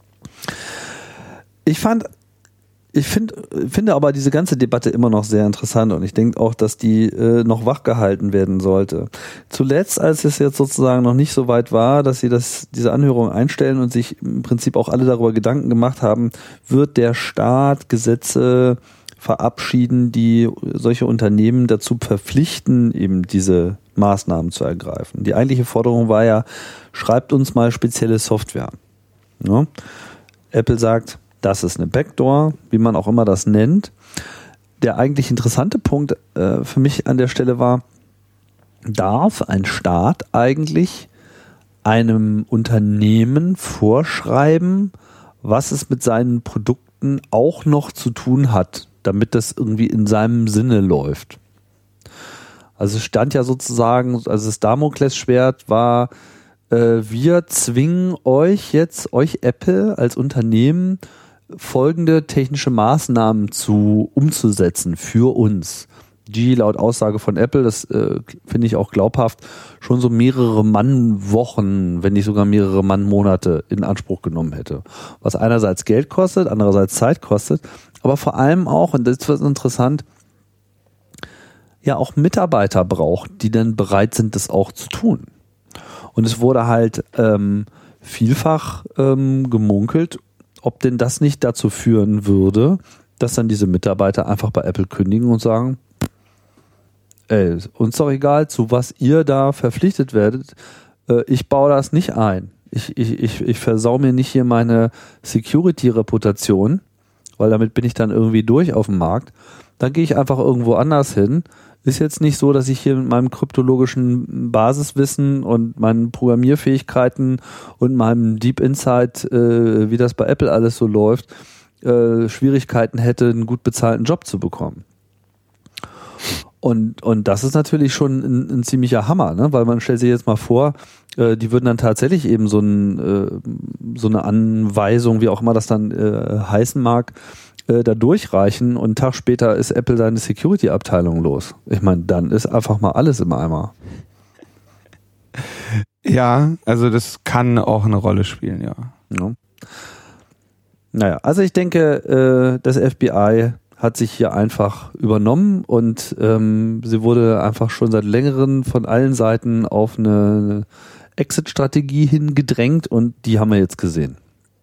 Ich fand Ich find, finde aber diese ganze Debatte immer noch sehr interessant, und ich denke auch, dass die äh, noch wachgehalten werden sollte. Zuletzt, als es jetzt sozusagen noch nicht so weit war, dass sie das, diese Anhörung einstellen und sich im Prinzip auch alle darüber Gedanken gemacht haben, wird der Staat Gesetze verabschieden, die solche Unternehmen dazu verpflichten, eben diese Maßnahmen zu ergreifen. Die eigentliche Forderung war ja, schreibt uns mal spezielle Software. Ja? Apple sagt, das ist eine Backdoor, wie man auch immer das nennt. Der eigentlich interessante Punkt äh, für mich an der Stelle war, darf ein Staat eigentlich einem Unternehmen vorschreiben, was es mit seinen Produkten auch noch zu tun hat, damit das irgendwie in seinem Sinne läuft? Also es stand ja sozusagen, also das Damoklesschwert war, äh, wir zwingen euch jetzt, euch Apple als Unternehmen, folgende technische Maßnahmen zu umzusetzen für uns, die laut Aussage von Apple, das äh, finde ich auch glaubhaft, schon so mehrere Mannwochen, wenn nicht sogar mehrere Mannmonate in Anspruch genommen hätte. Was einerseits Geld kostet, andererseits Zeit kostet, aber vor allem auch, und das wird interessant, ja auch Mitarbeiter braucht, die dann bereit sind, das auch zu tun. Und es wurde halt ähm, vielfach ähm, gemunkelt, ob denn das nicht dazu führen würde, dass dann diese Mitarbeiter einfach bei Apple kündigen und sagen, ey, uns doch egal, zu was ihr da verpflichtet werdet, äh, ich baue das nicht ein. Ich, ich, ich, ich versau mir nicht hier meine Security-Reputation, weil damit bin ich dann irgendwie durch auf dem Markt. Dann gehe ich einfach irgendwo anders hin. Ist jetzt nicht so, dass ich hier mit meinem kryptologischen Basiswissen und meinen Programmierfähigkeiten und meinem Deep Insight, äh, wie das bei Apple alles so läuft, äh, Schwierigkeiten hätte, einen gut bezahlten Job zu bekommen. Und, und das ist natürlich schon ein, ein ziemlicher Hammer, ne? Weil man stellt sich jetzt mal vor, äh, die würden dann tatsächlich eben so, ein, äh, so eine Anweisung, wie auch immer das dann äh, heißen mag, äh, da durchreichen und einen Tag später ist Apple seine Security-Abteilung los. Ich meine, dann ist einfach mal alles im Eimer. Ja, also das kann auch eine Rolle spielen, ja. ja. Naja, also ich denke, äh, das F B I hat sich hier einfach übernommen und ähm, sie wurde einfach schon seit längerem von allen Seiten auf eine Exit-Strategie hingedrängt und die haben wir jetzt gesehen.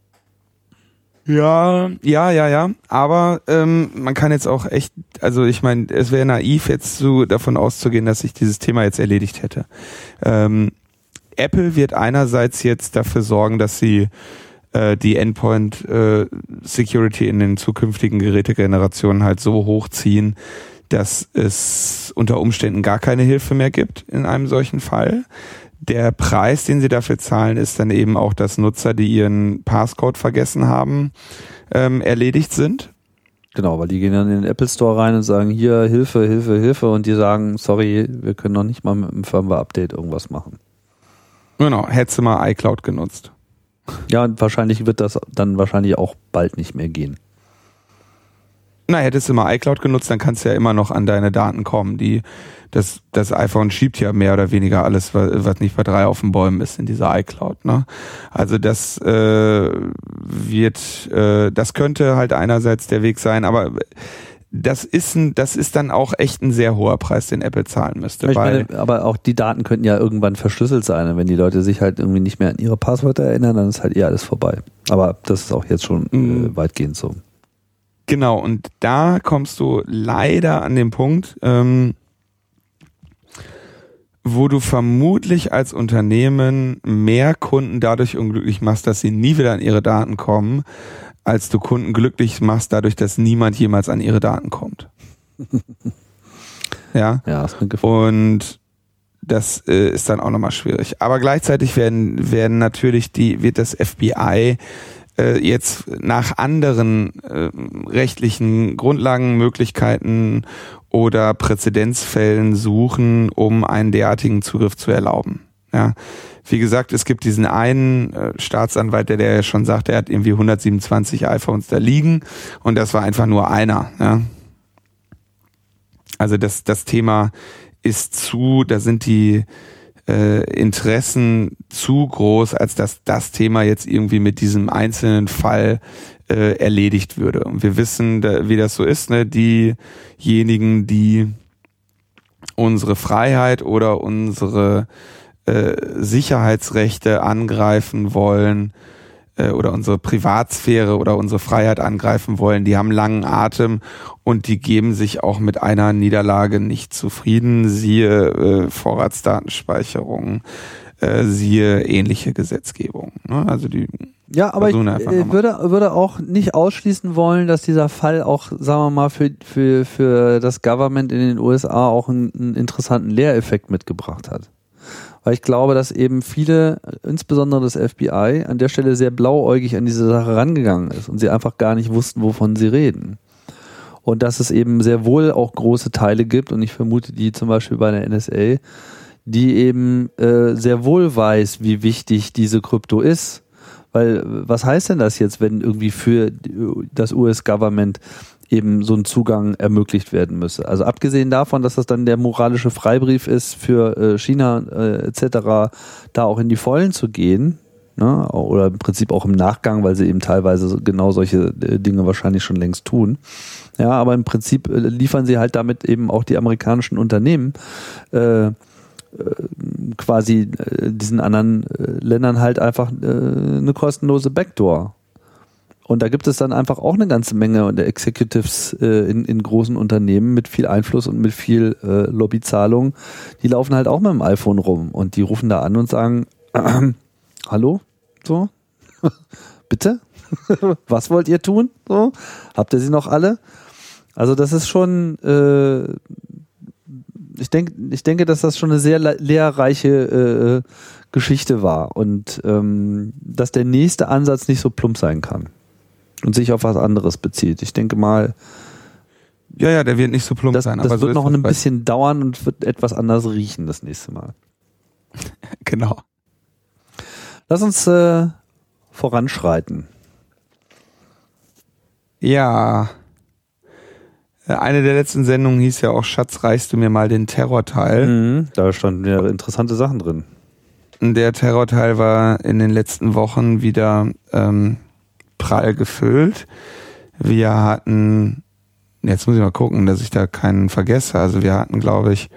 Ja, ja, ja, ja. Aber ähm, man kann jetzt auch echt, also ich meine, es wäre naiv jetzt so davon auszugehen, dass sich dieses Thema jetzt erledigt hätte. Ähm, Apple wird einerseits jetzt dafür sorgen, dass sie die Endpoint äh, Security in den zukünftigen Gerätegenerationen halt so hochziehen, dass es unter Umständen gar keine Hilfe mehr gibt in einem solchen Fall. Der Preis, den sie dafür zahlen, ist dann eben auch, dass Nutzer, die ihren Passcode vergessen haben, ähm, erledigt sind. Genau, weil die gehen dann in den Apple Store rein und sagen, hier, Hilfe, Hilfe, Hilfe und die sagen, sorry, wir können noch nicht mal mit einem Firmware-Update irgendwas machen. Genau, hättest du mal iCloud genutzt. Ja, und wahrscheinlich wird das dann wahrscheinlich auch bald nicht mehr gehen. Na, hättest du mal iCloud genutzt, dann kannst du ja immer noch an deine Daten kommen. Die, das, das iPhone schiebt ja mehr oder weniger alles, was nicht bei drei auf den Bäumen ist, in dieser iCloud, ne? Also das äh, wird, äh, das könnte halt einerseits der Weg sein, aber das ist ein, das ist dann auch echt ein sehr hoher Preis, den Apple zahlen müsste. Ich weil meine, aber auch die Daten könnten ja irgendwann verschlüsselt sein. Und wenn die Leute sich halt irgendwie nicht mehr an ihre Passwörter erinnern, dann ist halt eh alles vorbei. Aber das ist auch jetzt schon mhm. äh, weitgehend so. Genau, und da kommst du leider an den Punkt, ähm, wo du vermutlich als Unternehmen mehr Kunden dadurch unglücklich machst, dass sie nie wieder an ihre Daten kommen, als du Kunden glücklich machst, dadurch, dass niemand jemals an ihre Daten kommt. Ja. Ja, das ist eine Gefahr. Und das äh, ist dann auch nochmal schwierig. Aber gleichzeitig werden, werden natürlich die, wird das F B I äh, jetzt nach anderen äh, rechtlichen Grundlagen, Möglichkeiten oder Präzedenzfällen suchen, um einen derartigen Zugriff zu erlauben. Ja. Wie gesagt, es gibt diesen einen äh, Staatsanwalt, der, der ja schon sagt, er hat irgendwie hundertsiebenundzwanzig iPhones da liegen und das war einfach nur einer. Ja. Also das, das Thema ist zu, da sind die äh, Interessen zu groß, als dass das Thema jetzt irgendwie mit diesem einzelnen Fall äh, erledigt würde. Und wir wissen, da, wie das so ist, ne? Diejenigen, die unsere Freiheit oder unsere äh, Sicherheitsrechte angreifen wollen äh, oder unsere Privatsphäre oder unsere Freiheit angreifen wollen, die haben langen Atem und die geben sich auch mit einer Niederlage nicht zufrieden, siehe äh, Vorratsdatenspeicherung, äh, siehe ähnliche Gesetzgebung. Ne? Also die Ja, aber ich äh, würde, würde auch nicht ausschließen wollen, dass dieser Fall auch, sagen wir mal, für, für, für das Government in den U S A auch einen, einen interessanten Lehreffekt mitgebracht hat. Weil ich glaube, dass eben viele, insbesondere das F B I, an der Stelle sehr blauäugig an diese Sache rangegangen ist und sie einfach gar nicht wussten, wovon sie reden. Und dass es eben sehr wohl auch große Teile gibt, und ich vermute die zum Beispiel bei der N S A, die eben äh, sehr wohl weiß, wie wichtig diese Krypto ist. Weil, was heißt denn das jetzt, wenn irgendwie für das U S-Government eben so ein Zugang ermöglicht werden müsse? Also abgesehen davon, dass das dann der moralische Freibrief ist für äh, China äh, et cetera, da auch in die Vollen zu gehen, ne? Oder im Prinzip auch im Nachgang, weil sie eben teilweise genau solche äh, Dinge wahrscheinlich schon längst tun. Ja, aber im Prinzip äh, liefern sie halt damit eben auch die amerikanischen Unternehmen äh, quasi äh, diesen anderen äh, Ländern halt einfach äh, eine kostenlose Backdoor. Und da gibt es dann einfach auch eine ganze Menge der Executives äh, in, in großen Unternehmen mit viel Einfluss und mit viel äh, Lobbyzahlung. Die laufen halt auch mit dem iPhone rum und die rufen da an und sagen, äh, hallo, so, bitte, was wollt ihr tun? So, habt ihr sie noch alle? Also das ist schon, äh, ich denke, ich denke, dass das schon eine sehr lehrreiche äh, Geschichte war und ähm, dass der nächste Ansatz nicht so plump sein kann und sich auf was anderes bezieht. Ich denke mal, ja, ja, der wird nicht so plump das, sein. Das aber wird so noch ist ein das bisschen dauern und wird etwas anders riechen das nächste Mal. Genau. Lass uns äh, voranschreiten. Ja. Eine der letzten Sendungen hieß ja auch Schatz, reichst du mir mal den Terrorteil. Mhm, da standen ja interessante Sachen drin. Der Terrorteil war in den letzten Wochen wieder ähm, prall gefüllt. Wir hatten, jetzt muss ich mal gucken, dass ich da keinen vergesse. Also wir hatten, glaube ich,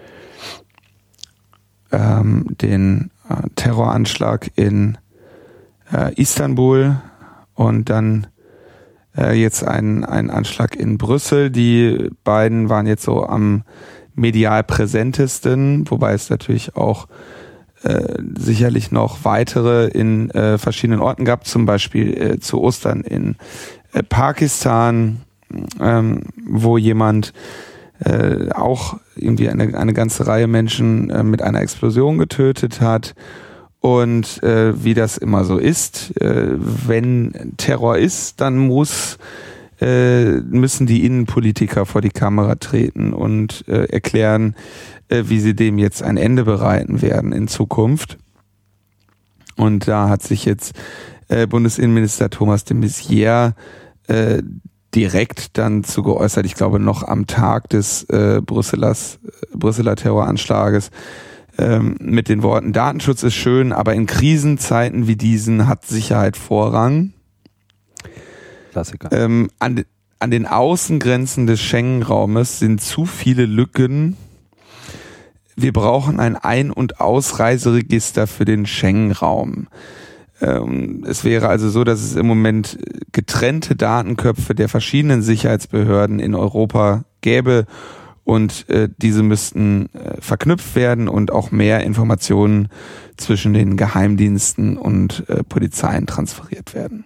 ähm, den äh, Terroranschlag in äh, Istanbul und dann äh, jetzt einen, einen Anschlag in Brüssel. Die beiden waren jetzt so am medial präsentesten, wobei es natürlich auch Äh, sicherlich noch weitere in äh, verschiedenen Orten gab, zum Beispiel äh, zu Ostern in äh, Pakistan, ähm, wo jemand äh, auch irgendwie eine, eine ganze Reihe Menschen äh, mit einer Explosion getötet hat. Und äh, wie das immer so ist, äh, wenn Terror ist, dann muss äh, müssen die Innenpolitiker vor die Kamera treten und äh, erklären, wie sie dem jetzt ein Ende bereiten werden in Zukunft. Und da hat sich jetzt äh, Bundesinnenminister Thomas de Maizière äh, direkt dann zu geäußert, ich glaube noch am Tag des äh, Brüsselers, äh, Brüsseler Terroranschlages, ähm, mit den Worten, Datenschutz ist schön, aber in Krisenzeiten wie diesen hat Sicherheit Vorrang. Klassiker. Ähm, an, an den Außengrenzen des Schengen-Raumes sind zu viele Lücken. Wir brauchen ein Ein- und Ausreiseregister für den Schengen-Raum. Ähm, es wäre also so, dass es im Moment getrennte Datenköpfe der verschiedenen Sicherheitsbehörden in Europa gäbe und äh, diese müssten äh, verknüpft werden und auch mehr Informationen zwischen den Geheimdiensten und äh, Polizeien transferiert werden.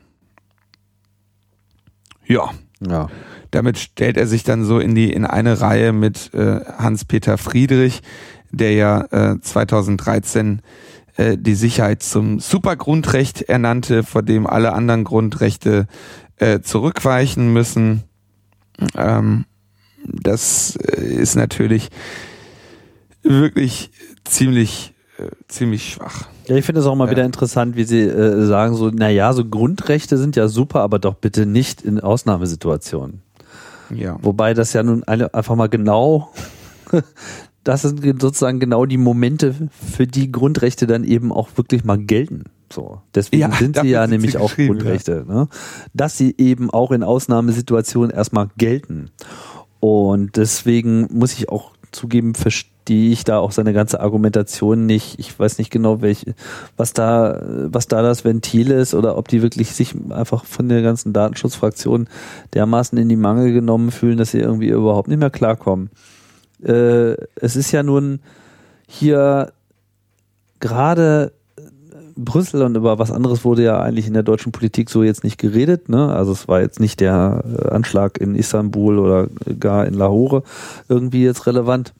Ja. Ja. Damit stellt er sich dann so in die in eine Reihe mit äh, Hans-Peter Friedrich, der ja äh, zweitausenddreizehn äh, die Sicherheit zum Supergrundrecht ernannte, vor dem alle anderen Grundrechte äh, zurückweichen müssen. Ähm, das äh, ist natürlich wirklich ziemlich äh, ziemlich schwach. Ja, ich finde es auch mal ja. wieder interessant, wie sie äh, sagen so, naja, so Grundrechte sind ja super, aber doch bitte nicht in Ausnahmesituationen. Ja. Wobei das ja nun eine, einfach mal genau, das sind sozusagen genau die Momente, für die Grundrechte dann eben auch wirklich mal gelten. So. Deswegen ja, sind sie ja sind nämlich sie auch Grundrechte, ja. ne? Dass sie eben auch in Ausnahmesituationen erstmal gelten. Und deswegen muss ich auch zugeben, verstehe ich da auch seine ganze Argumentation nicht. Ich weiß nicht genau, welche, was da, was da das Ventil ist oder ob die wirklich sich einfach von der ganzen Datenschutzfraktion dermaßen in die Mangel genommen fühlen, dass sie irgendwie überhaupt nicht mehr klarkommen. Äh, es ist ja nun hier gerade Brüssel und über was anderes wurde ja eigentlich in der deutschen Politik so jetzt nicht geredet, ne? Also es war jetzt nicht der Anschlag in Istanbul oder gar in Lahore irgendwie jetzt relevant.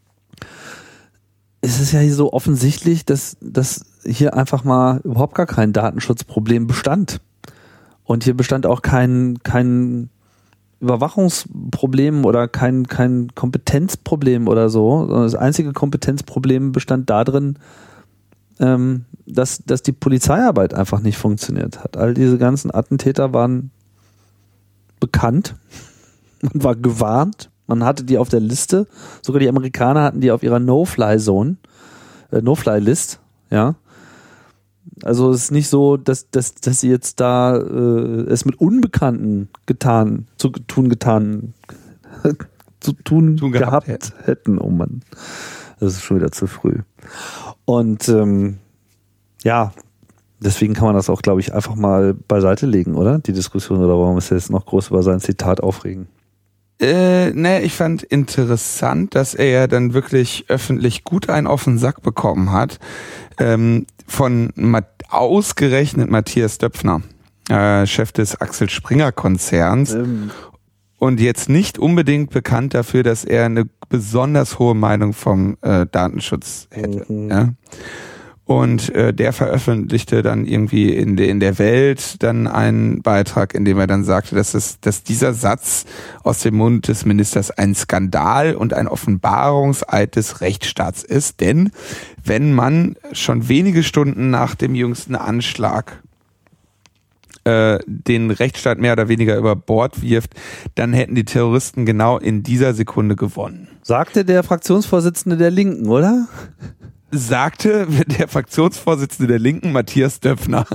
Es ist ja hier so offensichtlich, dass, dass hier einfach mal überhaupt gar kein Datenschutzproblem bestand. Und hier bestand auch kein, kein Überwachungsproblem oder kein, kein Kompetenzproblem oder so, sondern das einzige Kompetenzproblem bestand darin, ähm, dass, dass die Polizeiarbeit einfach nicht funktioniert hat. All diese ganzen Attentäter waren bekannt, man war gewarnt, man hatte die auf der Liste, sogar die Amerikaner hatten die auf ihrer No-Fly-Zone, äh, No-Fly-List, ja. Also es ist nicht so, dass, dass, dass sie jetzt da äh, es mit Unbekannten getan, zu tun getan, zu tun, tun gehabt, gehabt hätten. Oh Mann, das ist schon wieder zu früh. Und ähm, ja, Deswegen kann man das auch, glaube ich, einfach mal beiseite legen, oder? Die Diskussion, oder warum ist er jetzt noch groß über sein Zitat aufregen? Äh, ne, ich fand interessant, dass er ja dann wirklich öffentlich gut einen auf den Sack bekommen hat, ähm, von Ma- ausgerechnet Matthias Döpfner, äh, Chef des Axel Springer Konzerns. Ähm. Und jetzt nicht unbedingt bekannt dafür, dass er eine besonders hohe Meinung vom äh, Datenschutz hätte. Mhm. Ja? Und äh, der veröffentlichte dann irgendwie in, de, in der Welt dann einen Beitrag, in dem er dann sagte, dass, es, dass dieser Satz aus dem Mund des Ministers ein Skandal und ein Offenbarungseid des Rechtsstaats ist. Denn wenn man schon wenige Stunden nach dem jüngsten Anschlag äh, den Rechtsstaat mehr oder weniger über Bord wirft, dann hätten die Terroristen genau in dieser Sekunde gewonnen. Sagte der Fraktionsvorsitzende der Linken, oder? Sagte der Fraktionsvorsitzende der Linken, Matthias Döpfner.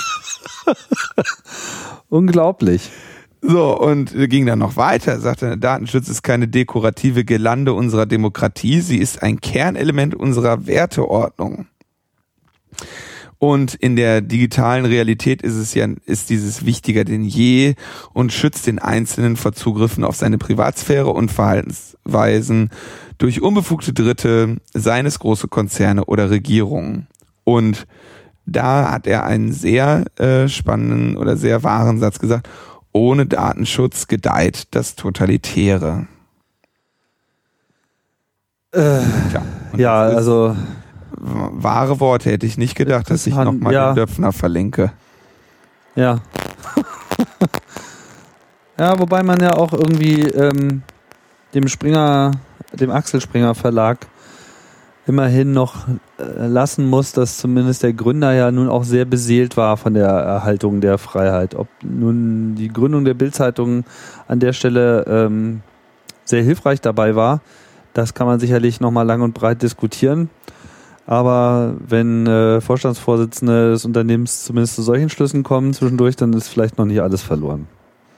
Unglaublich. So, und ging dann noch weiter, sagte, Datenschutz ist keine dekorative Girlande unserer Demokratie, sie ist ein Kernelement unserer Werteordnung. Und in der digitalen Realität ist es ja, ist dieses wichtiger denn je und schützt den Einzelnen vor Zugriffen auf seine Privatsphäre und Verhaltensweisen durch unbefugte Dritte, seien es große Konzerne oder Regierungen. Und da hat er einen sehr äh, spannenden oder sehr wahren Satz gesagt: Ohne Datenschutz gedeiht das Totalitäre. Äh, Tja, ja, also wahre Worte, hätte ich nicht gedacht, dass ich nochmal ja. den Döpfner verlinke. Ja. Ja, wobei man ja auch irgendwie ähm, dem Springer, dem Axel Springer Verlag immerhin noch äh, lassen muss, dass zumindest der Gründer ja nun auch sehr beseelt war von der Erhaltung der Freiheit. Ob nun die Gründung der Bild-Zeitung an der Stelle ähm, sehr hilfreich dabei war, das kann man sicherlich nochmal lang und breit diskutieren. Aber wenn äh, Vorstandsvorsitzende des Unternehmens zumindest zu solchen Schlüssen kommen zwischendurch, dann ist vielleicht noch nicht alles verloren.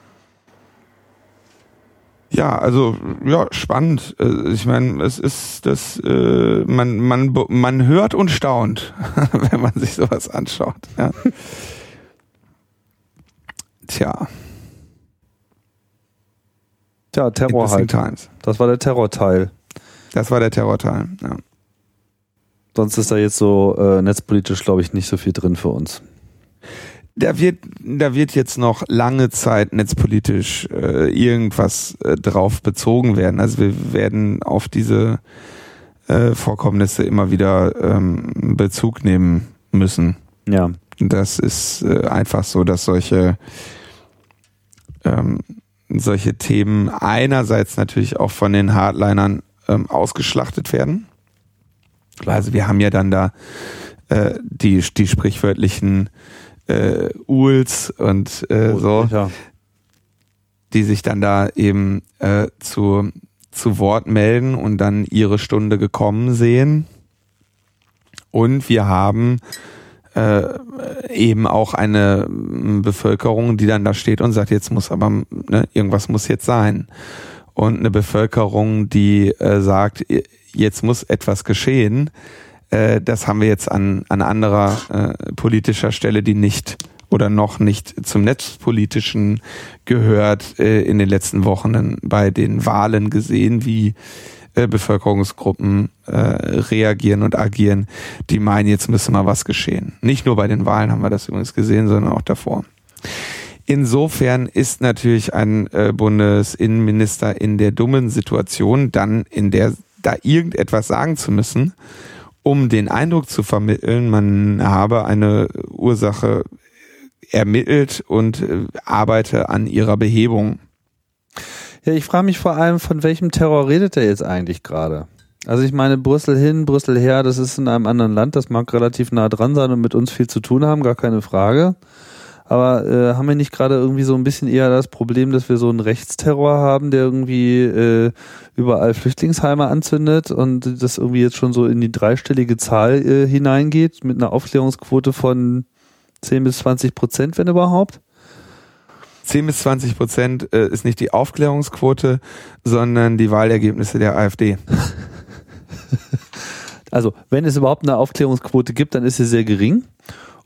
Ja, also ja, spannend. Ich meine, es ist das, äh, man man man hört und staunt, wenn man sich sowas anschaut. Ja. Tja. Tja, Terror halt. Times. Das war der Terrorteil. Das war der Terrorteil, ja. Sonst ist da jetzt so äh, netzpolitisch, glaube ich, nicht so viel drin für uns. Da wird, da wird jetzt noch lange Zeit netzpolitisch äh, irgendwas äh, drauf bezogen werden. Also wir werden auf diese äh, Vorkommnisse immer wieder ähm, Bezug nehmen müssen. Ja. Das ist äh, einfach so, dass solche ähm, solche Themen einerseits natürlich auch von den Hardlinern ähm, ausgeschlachtet werden. Also wir haben ja dann da äh, die, die sprichwörtlichen äh, Uhls und äh, so, ja, die sich dann da eben äh, zu, zu Wort melden und dann ihre Stunde gekommen sehen. Und wir haben äh, eben auch eine Bevölkerung, die dann da steht und sagt, jetzt muss aber, ne, irgendwas muss jetzt sein. Und eine Bevölkerung, die äh, sagt, jetzt muss etwas geschehen. Äh, das haben wir jetzt an, an anderer äh, politischer Stelle, die nicht oder noch nicht zum Netzpolitischen gehört, äh, in den letzten Wochen bei den Wahlen gesehen, wie äh, Bevölkerungsgruppen äh, reagieren und agieren, die meinen, jetzt müsse mal was geschehen. Nicht nur bei den Wahlen haben wir das übrigens gesehen, sondern auch davor. Insofern ist natürlich ein äh, Bundesinnenminister in der dummen Situation, dann in der da irgendetwas sagen zu müssen, um den Eindruck zu vermitteln, man habe eine Ursache ermittelt und äh, arbeite an ihrer Behebung. Ja, ich frage mich vor allem, von welchem Terror redet er jetzt eigentlich gerade? Also ich meine, Brüssel hin, Brüssel her, das ist in einem anderen Land, das mag relativ nah dran sein und mit uns viel zu tun haben, gar keine Frage. Aber äh, haben wir nicht gerade irgendwie so ein bisschen eher das Problem, dass wir so einen Rechtsterror haben, der irgendwie äh, überall Flüchtlingsheime anzündet und das irgendwie jetzt schon so in die dreistellige Zahl äh, hineingeht mit einer Aufklärungsquote von zehn bis zwanzig Prozent, wenn überhaupt? zehn bis zwanzig Prozent äh, ist nicht die Aufklärungsquote, sondern die Wahlergebnisse der AfD. Also, wenn es überhaupt eine Aufklärungsquote gibt, dann ist sie sehr gering.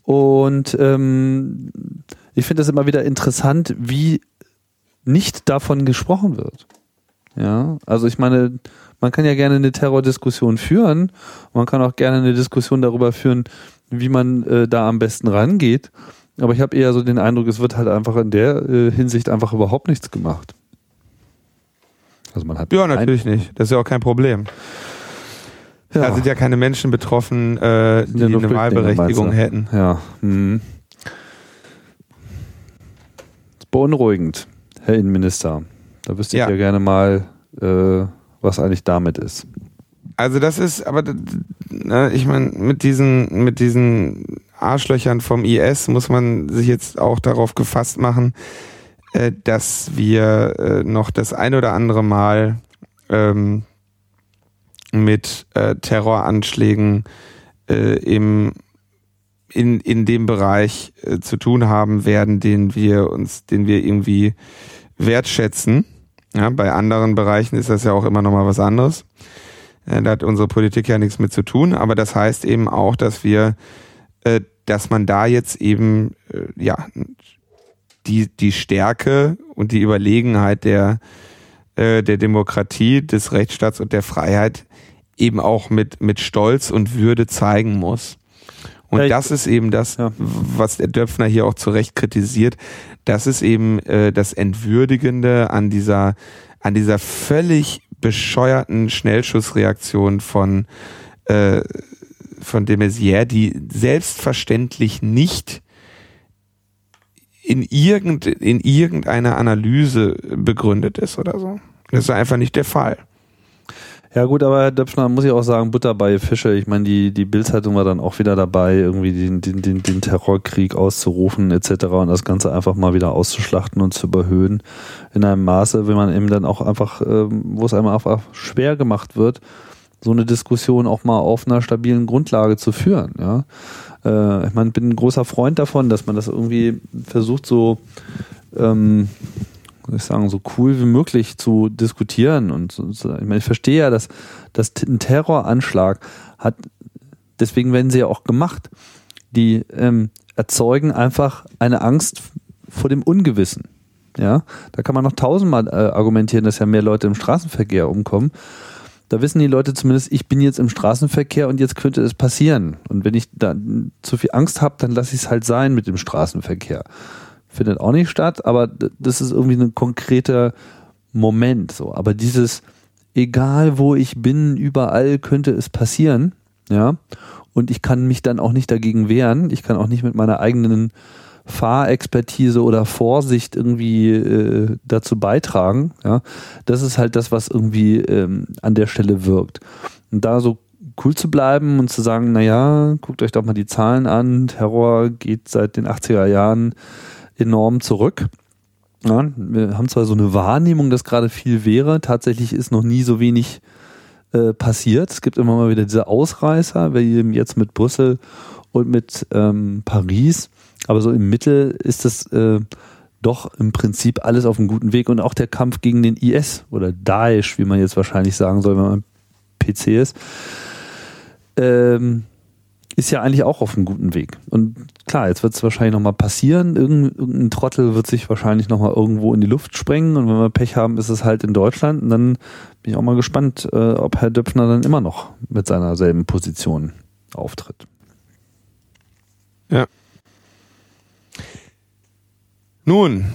Und ähm, ich finde es immer wieder interessant, wie nicht davon gesprochen wird. Ja, also ich meine, man kann ja gerne eine Terrordiskussion führen, man kann auch gerne eine Diskussion darüber führen, wie man äh, da am besten rangeht, aber ich habe eher so den Eindruck, es wird halt einfach in der äh, Hinsicht einfach überhaupt nichts gemacht. Also man hat ja, natürlich nicht. Das ist ja auch kein Problem. Ja. Da sind ja keine Menschen betroffen, äh, die ja eine Wahlberechtigung hätten. Ja. Hm. Das ist beunruhigend, Herr Innenminister. Da wüsste ich ja, ja gerne mal, äh, was eigentlich damit ist. Also das ist, aber ne, ich meine, mit diesen, mit diesen Arschlöchern vom I S muss man sich jetzt auch darauf gefasst machen, äh, dass wir äh, noch das ein oder andere Mal ähm, mit äh, Terroranschlägen äh, im, in, in dem Bereich äh, zu tun haben werden, den wir uns, den wir irgendwie wertschätzen. Ja, bei anderen Bereichen ist das ja auch immer noch mal was anderes. Äh, da hat unsere Politik ja nichts mit zu tun, aber das heißt eben auch, dass wir, äh, dass man da jetzt eben äh, ja die die Stärke und die Überlegenheit der äh, der Demokratie, des Rechtsstaats und der Freiheit eben auch mit mit Stolz und Würde zeigen muss. Und ja, das ist eben das, ja. was der Döpfner hier auch zu Recht kritisiert. Das ist eben äh, das Entwürdigende an dieser, an dieser völlig bescheuerten Schnellschussreaktion von, äh, von de Maizière, die selbstverständlich nicht in, irgend, in irgendeiner Analyse begründet ist oder so. Das ist einfach nicht der Fall. Ja gut, aber Herr Döpfner, muss ich auch sagen, Butter bei Fische. Ich meine, die, die Bild-Zeitung war dann auch wieder dabei, irgendwie den, den, den, den Terrorkrieg auszurufen et cetera und das Ganze einfach mal wieder auszuschlachten und zu überhöhen in einem Maße, wenn man eben dann auch einfach, ähm, wo es einem einfach schwer gemacht wird, so eine Diskussion auch mal auf einer stabilen Grundlage zu führen. Ja, äh, ich meine, ich bin ein großer Freund davon, dass man das irgendwie versucht so ähm, ich sagen, so cool wie möglich zu diskutieren. Und so, ich meine, ich verstehe ja, dass, dass ein Terroranschlag hat, deswegen werden sie ja auch gemacht, die ähm, erzeugen einfach eine Angst vor dem Ungewissen. Ja, da kann man noch tausendmal äh, argumentieren, dass ja mehr Leute im Straßenverkehr umkommen. Da wissen die Leute zumindest, ich bin jetzt im Straßenverkehr und jetzt könnte es passieren. Und wenn ich da zu viel Angst habe, dann lasse ich es halt sein mit dem Straßenverkehr. Findet auch nicht statt, aber das ist irgendwie ein konkreter Moment. So. Aber dieses, egal wo ich bin, überall könnte es passieren, ja, und ich kann mich dann auch nicht dagegen wehren, ich kann auch nicht mit meiner eigenen Fahrexpertise oder Vorsicht irgendwie äh, dazu beitragen, ja, das ist halt das, was irgendwie ähm, an der Stelle wirkt. Und da so cool zu bleiben und zu sagen, naja, guckt euch doch mal die Zahlen an, Terror geht seit den achtziger Jahren enorm zurück. Ja, wir haben zwar so eine Wahrnehmung, dass gerade viel wäre, tatsächlich ist noch nie so wenig äh, passiert. Es gibt immer mal wieder diese Ausreißer, wie eben jetzt mit Brüssel und mit ähm, Paris, aber so im Mittel ist das äh, doch im Prinzip alles auf einem guten Weg und auch der Kampf gegen den I S oder Daesh, wie man jetzt wahrscheinlich sagen soll, wenn man P C ist, ähm, ist ja eigentlich auch auf einem guten Weg. Und klar, jetzt wird es wahrscheinlich nochmal passieren. Irgend, irgendein Trottel wird sich wahrscheinlich nochmal irgendwo in die Luft sprengen und wenn wir Pech haben, ist es halt in Deutschland. Und dann bin ich auch mal gespannt, äh, ob Herr Döpfner dann immer noch mit seiner selben Position auftritt. Ja. Nun,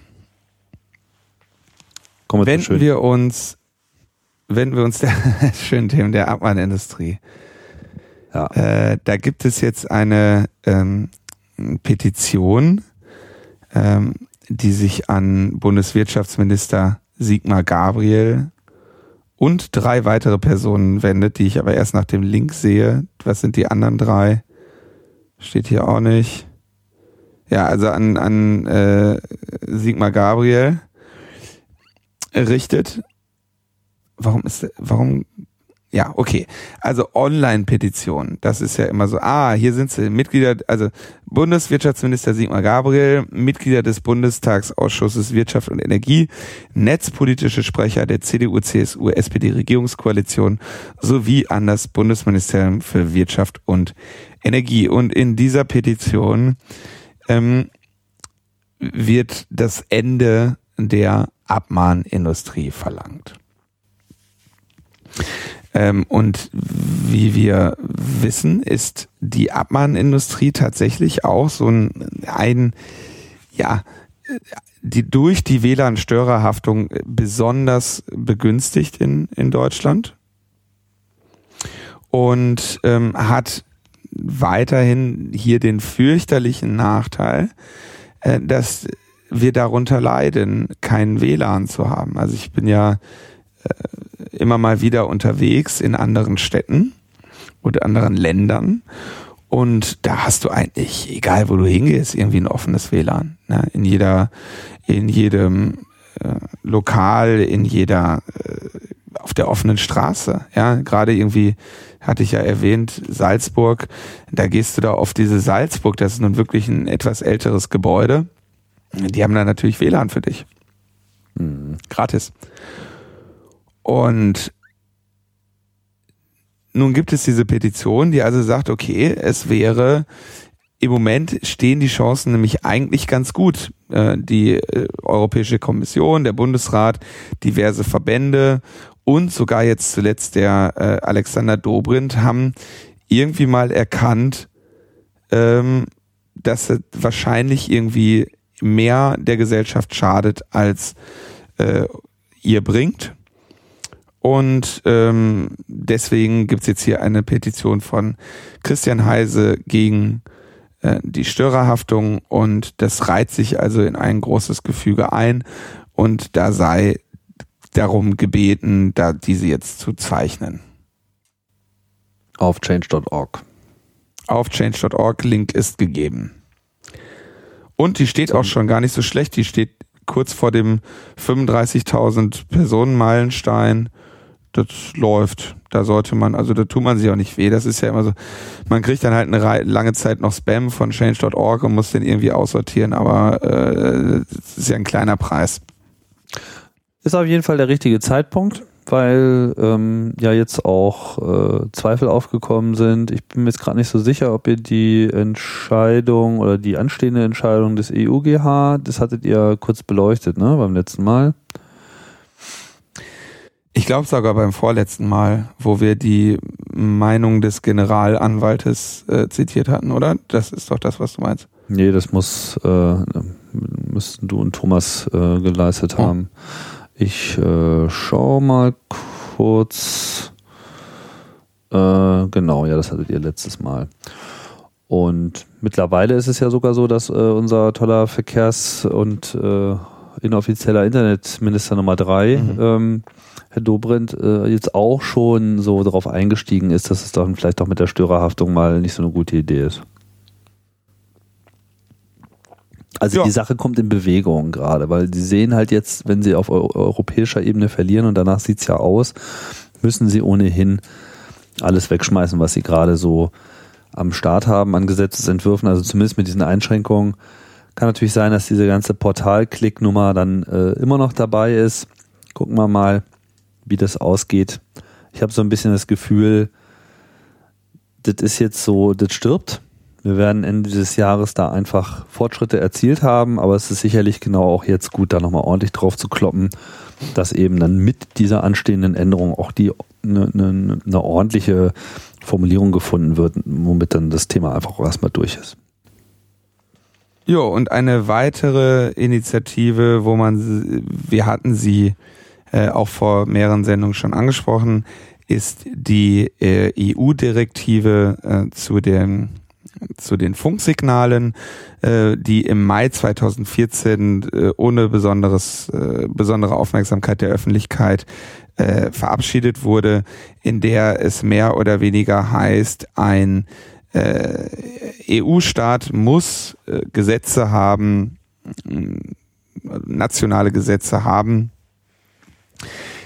wir wenden wir uns, wenden wir uns der schönen Themen der Abmahnindustrie. Ja. Äh, da gibt es jetzt eine ähm, Petition, ähm, die sich an Bundeswirtschaftsminister Sigmar Gabriel und drei weitere Personen wendet, die ich aber erst nach dem Link sehe. Was sind die anderen drei? Steht hier auch nicht. Ja, also an, an äh, Sigmar Gabriel richtet. Warum ist, warum Ja, okay. Also Online-Petition, das ist ja immer so, ah, hier sind sie, Mitglieder, also Bundeswirtschaftsminister Sigmar Gabriel, Mitglieder des Bundestagsausschusses Wirtschaft und Energie, netzpolitische Sprecher der C D U, C S U, S P D-Regierungskoalition sowie an das Bundesministerium für Wirtschaft und Energie. Und in dieser Petition ähm, wird das Ende der Abmahnindustrie verlangt. Ähm, und wie wir wissen, ist die Abmahnindustrie tatsächlich auch so ein, ein ja, die durch die W L A N-Störerhaftung besonders begünstigt in, in Deutschland und ähm, hat weiterhin hier den fürchterlichen Nachteil, äh, dass wir darunter leiden, kein W L A N zu haben. Also ich bin ja äh, immer mal wieder unterwegs in anderen Städten oder anderen Ländern und da hast du eigentlich, egal wo du hingehst, irgendwie ein offenes W L A N. Ne? In jeder, in jedem äh, Lokal, in jeder, äh, auf der offenen Straße. Ja, gerade irgendwie hatte ich ja erwähnt, Salzburg, da gehst du da auf diese Salzburg, das ist nun wirklich ein etwas älteres Gebäude. Die haben da natürlich W L A N für dich. Mhm. Gratis. Und nun gibt es diese Petition, die also sagt, okay, es wäre, im Moment stehen die Chancen nämlich eigentlich ganz gut. Äh, die äh, Europäische Kommission, der Bundesrat, diverse Verbände und sogar jetzt zuletzt der äh, Alexander Dobrindt haben irgendwie mal erkannt, ähm, dass es wahrscheinlich irgendwie mehr der Gesellschaft schadet, als äh, ihr bringt. Und ähm, deswegen gibt's jetzt hier eine Petition von Christian Heise gegen äh, die Störerhaftung und das reiht sich also in ein großes Gefüge ein und da sei darum gebeten, da diese jetzt zu zeichnen. Auf change Punkt org. Auf change Punkt org, Link ist gegeben. Und die steht auch schon gar nicht so schlecht, die steht kurz vor dem fünfunddreißigtausend Personen Meilenstein. Das läuft. Da sollte man, also da tut man sich auch nicht weh. Das ist ja immer so, man kriegt dann halt eine Reihe, lange Zeit noch Spam von change Punkt org und muss den irgendwie aussortieren, aber äh, das ist ja ein kleiner Preis. Ist auf jeden Fall der richtige Zeitpunkt, weil ähm, ja jetzt auch äh, Zweifel aufgekommen sind. Ich bin mir jetzt gerade nicht so sicher, ob ihr die Entscheidung oder die anstehende Entscheidung des E U G H, das hattet ihr kurz beleuchtet, ne, beim letzten Mal. Ich glaube sogar beim vorletzten Mal, wo wir die Meinung des Generalanwaltes äh, zitiert hatten, oder? Das ist doch das, was du meinst. Nee, das muss äh, müssten du und Thomas äh, geleistet oh. haben. Ich äh, schau mal kurz. Äh, genau, ja, das hattet ihr letztes Mal. Und mittlerweile ist es ja sogar so, dass äh, unser toller Verkehrs- und äh, inoffizieller Internetminister Nummer drei, mhm. ähm, Herr Dobrindt, äh, jetzt auch schon so darauf eingestiegen ist, dass es dann vielleicht auch mit der Störerhaftung mal nicht so eine gute Idee ist. Also ja. Die Sache kommt in Bewegung gerade, weil sie sehen halt jetzt, wenn sie auf eu- europäischer Ebene verlieren und danach sieht's ja aus, müssen sie ohnehin alles wegschmeißen, was sie gerade so am Start haben an Gesetzesentwürfen, also zumindest mit diesen Einschränkungen. Kann natürlich sein, dass diese ganze Portal-Klick-Nummer dann äh, immer noch dabei ist. Gucken wir mal, wie das ausgeht. Ich habe so ein bisschen das Gefühl, das ist jetzt so, das stirbt. Wir werden Ende dieses Jahres da einfach Fortschritte erzielt haben, aber es ist sicherlich genau auch jetzt gut, da nochmal ordentlich drauf zu kloppen, dass eben dann mit dieser anstehenden Änderung auch die eine ne, ne ordentliche Formulierung gefunden wird, womit dann das Thema einfach auch erstmal durch ist. Jo, und eine weitere Initiative, wo man, wir hatten sie äh, auch vor mehreren Sendungen schon angesprochen, ist die äh, E U-Direktive äh, zu den zu den Funksignalen, äh, die im Mai zweitausendvierzehn äh, ohne besonderes äh, besondere Aufmerksamkeit der Öffentlichkeit äh, verabschiedet wurde, in der es mehr oder weniger heißt, ein äh, E U-Staat muss äh, Gesetze haben, äh, nationale Gesetze haben,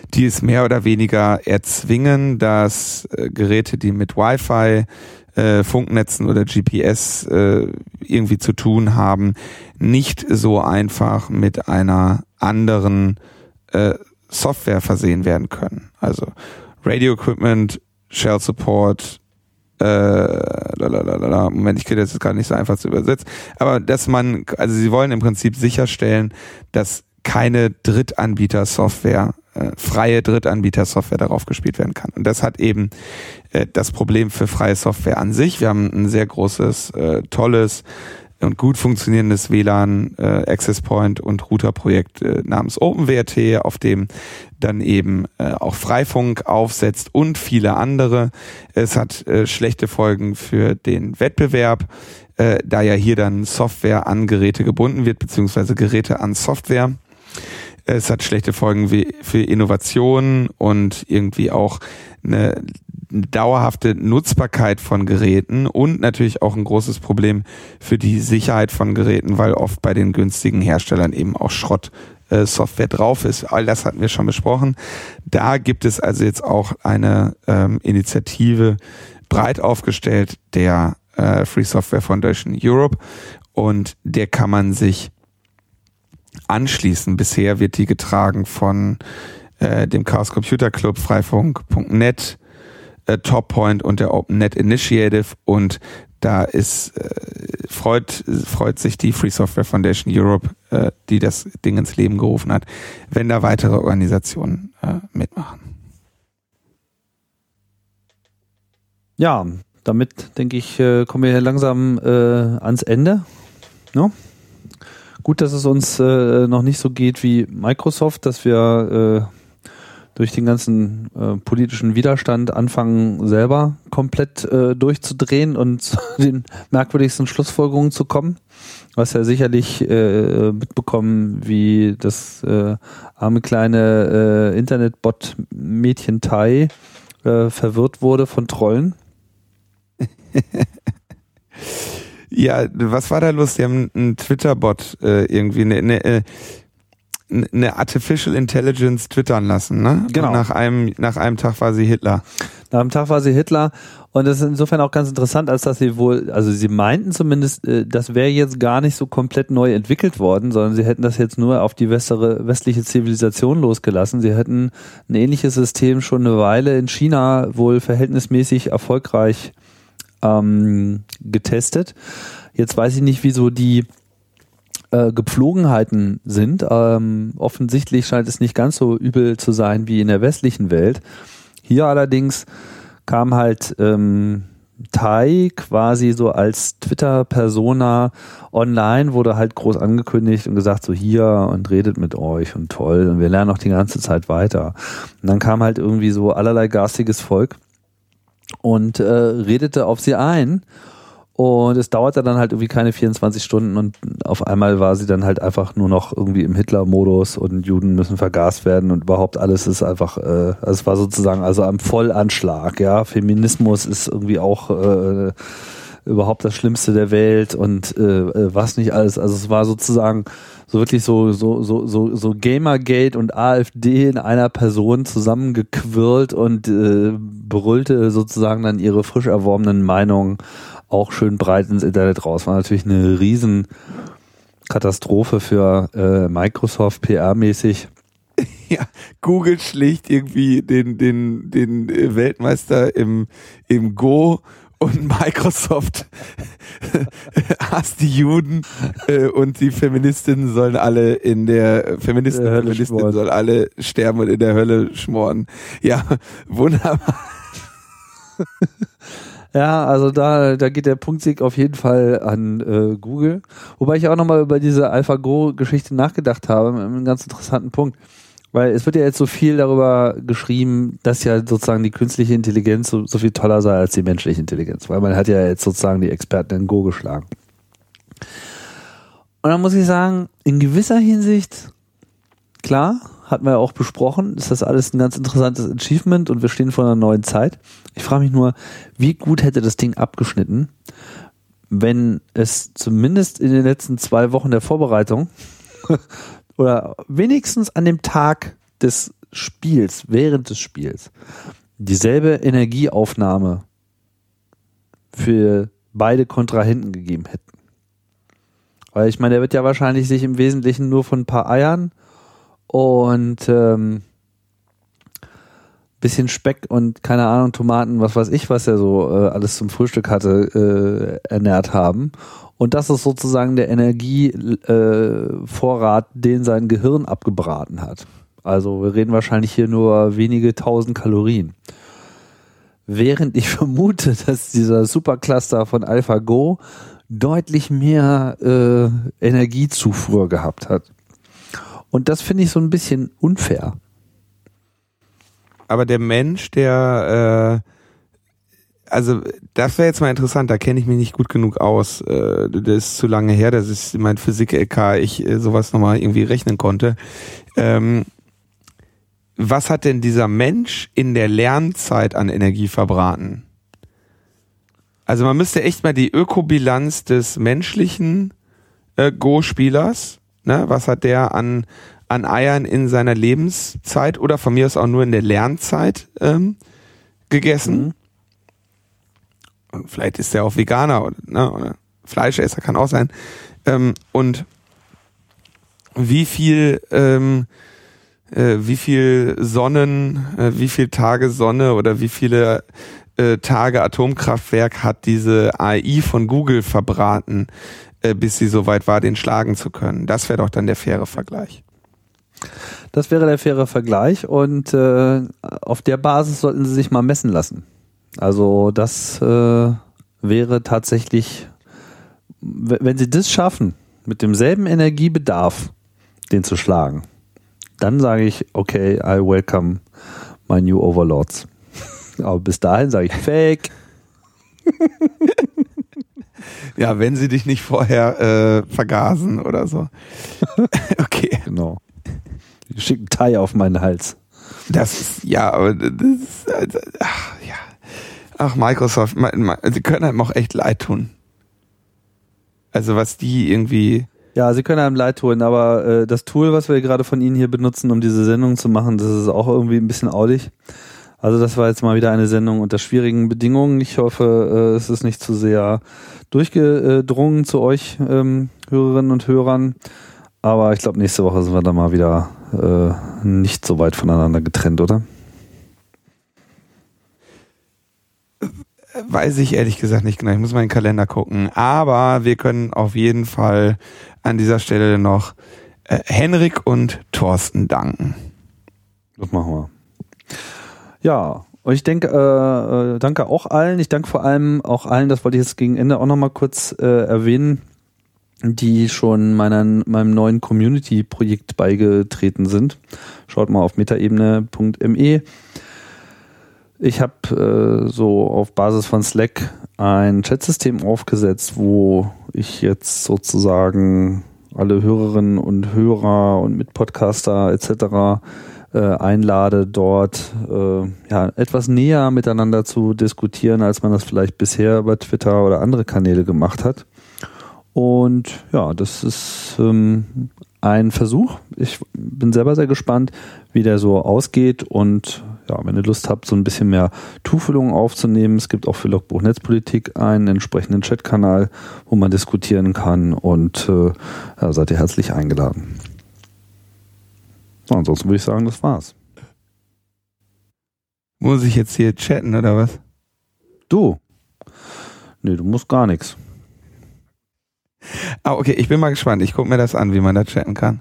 die es mehr oder weniger erzwingen, dass äh, Geräte, die mit Wi-Fi, äh, Funknetzen oder G P S äh, irgendwie zu tun haben, nicht so einfach mit einer anderen äh, Software versehen werden können. Also Radio Equipment, Shell Support, äh, lalalala. Moment, ich kriege das jetzt gar nicht so einfach zu übersetzen, aber dass man, also sie wollen im Prinzip sicherstellen, dass keine Drittanbieter-Software, äh, freie Drittanbieter-Software darauf gespielt werden kann. Und das hat eben äh, das Problem für freie Software an sich. Wir haben ein sehr großes, äh, tolles und gut funktionierendes W L A N, äh, Access Point und Router-Projekt äh, namens OpenWrt, auf dem dann eben äh, auch Freifunk aufsetzt und viele andere. Es hat äh, schlechte Folgen für den Wettbewerb, äh, da ja hier dann Software an Geräte gebunden wird, beziehungsweise Geräte an Software. Es hat schlechte Folgen wie für Innovation und irgendwie auch eine dauerhafte Nutzbarkeit von Geräten und natürlich auch ein großes Problem für die Sicherheit von Geräten, weil oft bei den günstigen Herstellern eben auch Schrottsoftware drauf ist. All das hatten wir schon besprochen. Da gibt es also jetzt auch eine ähm, Initiative breit aufgestellt, der äh, Free Software Foundation Europe, und der kann man sich anschließen. Bisher wird die getragen von äh, dem Chaos Computer Club, Freifunk Punkt net, äh, Toppoint und der OpenNet Initiative, und da ist äh, freut freut sich die Free Software Foundation Europe, äh, die das Ding ins Leben gerufen hat, wenn da weitere Organisationen äh, mitmachen. Ja, damit denke ich, äh, kommen wir hier langsam äh, ans Ende. No? Gut, dass es uns äh, noch nicht so geht wie Microsoft, dass wir äh, durch den ganzen äh, politischen Widerstand anfangen, selber komplett äh, durchzudrehen und zu den merkwürdigsten Schlussfolgerungen zu kommen. Du hast ja sicherlich äh, mitbekommen, wie das äh, arme kleine äh, Internetbot-Mädchen Tai äh, verwirrt wurde von Trollen. Ja, was war da los? Die haben einen Twitter-Bot äh, irgendwie, eine, eine, eine Artificial Intelligence twittern lassen, ne? Genau. Und nach einem, nach einem Tag war sie Hitler. Nach einem Tag war sie Hitler, und das ist insofern auch ganz interessant, als dass sie wohl, also sie meinten zumindest, das wäre jetzt gar nicht so komplett neu entwickelt worden, sondern sie hätten das jetzt nur auf die westere, westliche Zivilisation losgelassen. Sie hätten ein ähnliches System schon eine Weile in China wohl verhältnismäßig erfolgreich ähm, getestet. Jetzt weiß ich nicht, wieso die äh, Gepflogenheiten sind. Ähm, offensichtlich scheint es nicht ganz so übel zu sein wie in der westlichen Welt. Hier allerdings kam halt ähm, Tai quasi so als Twitter-Persona online, wurde halt groß angekündigt und gesagt, so hier und redet mit euch und toll und wir lernen auch die ganze Zeit weiter. Und dann kam halt irgendwie so allerlei garstiges Volk und äh, redete auf sie ein. Und es dauerte dann halt irgendwie keine vierundzwanzig Stunden und auf einmal war sie dann halt einfach nur noch irgendwie im Hitler-Modus und Juden müssen vergast werden und überhaupt alles ist einfach, äh, also es war sozusagen also am Vollanschlag, ja. Feminismus ist irgendwie auch äh, überhaupt das Schlimmste der Welt und äh, was nicht alles. Also es war sozusagen so wirklich so so so so so Gamergate und AfD in einer Person zusammengequirlt und äh, brüllte sozusagen dann ihre frisch erworbenen Meinungen auch schön breit ins Internet raus. War natürlich eine riesen Katastrophe für äh, Microsoft P R-mäßig. Ja, Google schlägt irgendwie den den den Weltmeister im im Go und Microsoft hasst die Juden äh, und die Feministinnen sollen alle in der Feministen der und Feministinnen sollen alle sterben und in der Hölle schmoren. Ja, wunderbar. Ja, also da, da geht der Punktsieg auf jeden Fall an äh, Google. Wobei ich auch nochmal über diese AlphaGo-Geschichte nachgedacht habe, mit einem ganz interessanten Punkt. Weil es wird ja jetzt so viel darüber geschrieben, dass ja sozusagen die künstliche Intelligenz so, so viel toller sei als die menschliche Intelligenz. Weil man hat ja jetzt sozusagen die Experten in Go geschlagen. Und dann muss ich sagen, in gewisser Hinsicht, klar, hatten wir ja auch besprochen, ist das alles ein ganz interessantes Achievement und wir stehen vor einer neuen Zeit. Ich frage mich nur, wie gut hätte das Ding abgeschnitten, wenn es zumindest in den letzten zwei Wochen der Vorbereitung oder wenigstens an dem Tag des Spiels, während des Spiels, dieselbe Energieaufnahme für beide Kontrahenten gegeben hätten. Weil ich meine, der wird ja wahrscheinlich sich im Wesentlichen nur von ein paar Eiern und ähm, bisschen Speck und keine Ahnung, Tomaten, was weiß ich, was er so äh, alles zum Frühstück hatte, äh, ernährt haben. Und das ist sozusagen der Energievorrat, äh, den sein Gehirn abgebraten hat. Also wir reden wahrscheinlich hier nur wenige tausend Kalorien. Während ich vermute, dass dieser Supercluster von AlphaGo deutlich mehr äh, Energiezufuhr gehabt hat. Und das finde ich so ein bisschen unfair. Aber der Mensch, der, äh, also das wäre jetzt mal interessant, da kenne ich mich nicht gut genug aus. Äh, das ist zu lange her, dass ich mein Physik-L K, ich äh, sowas nochmal irgendwie rechnen konnte. Ähm, was hat denn dieser Mensch in der Lernzeit an Energie verbraten? Also man müsste echt mal die Ökobilanz des menschlichen äh, Go-Spielers, ne, was hat der an an Eiern in seiner Lebenszeit oder von mir aus auch nur in der Lernzeit ähm, gegessen. Mhm. Und vielleicht ist der auch Veganer oder, ne, oder Fleischesser, kann auch sein. Ähm, und wie viel ähm, äh, wie viel Sonnen, äh, wie viel Tage Sonne oder wie viele äh, Tage Atomkraftwerk hat diese A I von Google verbraten, äh, bis sie so weit war, den schlagen zu können. Das wäre doch dann der faire Vergleich. Das wäre der faire Vergleich und äh, auf der Basis sollten sie sich mal messen lassen. Also das äh, wäre tatsächlich, w- wenn sie das schaffen, mit demselben Energiebedarf den zu schlagen, dann sage ich, okay, I welcome my new overlords. Aber bis dahin sage ich Fake. Ja, wenn sie dich nicht vorher äh, vergasen oder so. Okay. Genau. Schickt ein Thai auf meinen Hals. Das ist, ja, aber das ist, also, ach, ja. Ach, Microsoft, sie können einem auch echt leid tun. Also was die irgendwie... Ja, sie können einem leid tun, aber äh, das Tool, was wir gerade von Ihnen hier benutzen, um diese Sendung zu machen, das ist auch irgendwie ein bisschen aulig. Also das war jetzt mal wieder eine Sendung unter schwierigen Bedingungen. Ich hoffe, äh, es ist nicht zu sehr durchgedrungen zu euch ähm, Hörerinnen und Hörern. Aber ich glaube, nächste Woche sind wir dann mal wieder äh, nicht so weit voneinander getrennt, oder? Weiß ich ehrlich gesagt nicht genau. Ich muss mal in den Kalender gucken. Aber wir können auf jeden Fall an dieser Stelle noch äh, Henrik und Thorsten danken. Das machen wir. Ja, und ich denke, äh, äh, danke auch allen. Ich danke vor allem auch allen, das wollte ich jetzt gegen Ende auch nochmal kurz äh, erwähnen, die schon meiner, meinem neuen Community-Projekt beigetreten sind. Schaut mal auf metaebene punkt me. Ich habe äh, so auf Basis von Slack ein Chatsystem aufgesetzt, wo ich jetzt sozusagen alle Hörerinnen und Hörer und Mitpodcaster et cetera äh, einlade, dort äh, ja, etwas näher miteinander zu diskutieren, als man das vielleicht bisher über Twitter oder andere Kanäle gemacht hat. Und ja, das ist ähm, ein Versuch. Ich bin selber sehr gespannt, wie der so ausgeht. Und ja, wenn ihr Lust habt, so ein bisschen mehr Tuchfüllung aufzunehmen, es gibt auch für Logbuch Netzpolitik einen entsprechenden Chatkanal, wo man diskutieren kann. Und äh, ja, seid ihr herzlich eingeladen. So, ansonsten würde ich sagen, das war's. Muss ich jetzt hier chatten oder was? Du? Nee, du musst gar nichts. Ah, okay, ich bin mal gespannt. Ich gucke mir das an, wie man da chatten kann.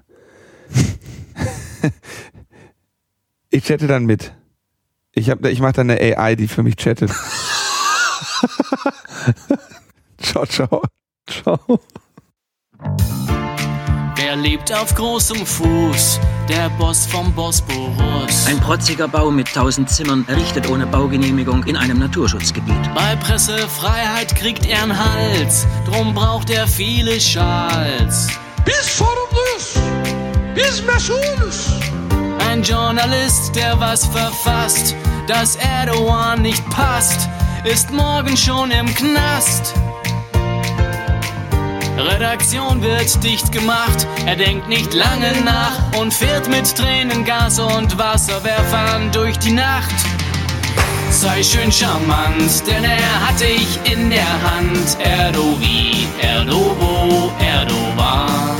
Ich chatte dann mit. Ich, hab, ich mache dann eine A I, die für mich chattet. Ciao, ciao. Ciao. Wer lebt auf großem Fuß? Der Boss vom Bosporus. Ein protziger Bau mit tausend Zimmern, errichtet ohne Baugenehmigung in einem Naturschutzgebiet. Bei Pressefreiheit kriegt er einen Hals, drum braucht er viele Schals. Biz sorumluyuz. Biz mesulüz. Ein Journalist, der was verfasst, dass Erdogan nicht passt, ist morgen schon im Knast. Redaktion wird dicht gemacht, er denkt nicht lange nach und fährt mit Tränengas und Wasserwerfern durch die Nacht. Sei schön charmant, denn er hat dich in der Hand. Erdovi, Erdobo, Erdogan.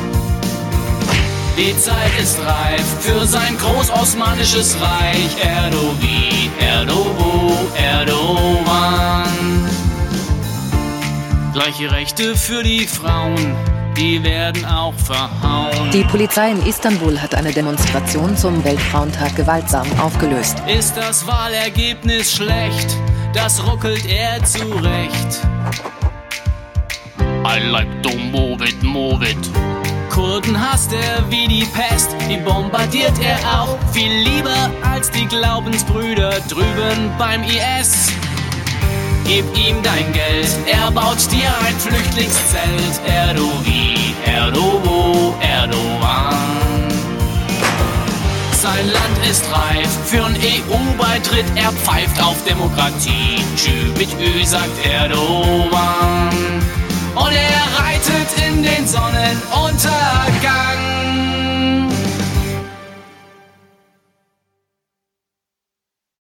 Die Zeit ist reif für sein großosmanisches Reich. Erdovi, Erdobo, Erdogan. Gleiche Rechte für die Frauen, die werden auch verhauen. Die Polizei in Istanbul hat eine Demonstration zum Weltfrauentag gewaltsam aufgelöst. Ist das Wahlergebnis schlecht? Das ruckelt er zurecht. I like to move it, move it. Kurden hasst er wie die Pest, die bombardiert er auch viel lieber als die Glaubensbrüder drüben beim I S. Gib ihm dein Geld, er baut dir ein Flüchtlingszelt. Erdovi, Erdobo, Erdogan. Sein Land ist reif für einen E U-Beitritt, er pfeift auf Demokratie. Tschü mit Ü, sagt Erdogan. Und er reitet in den Sonnenuntergang.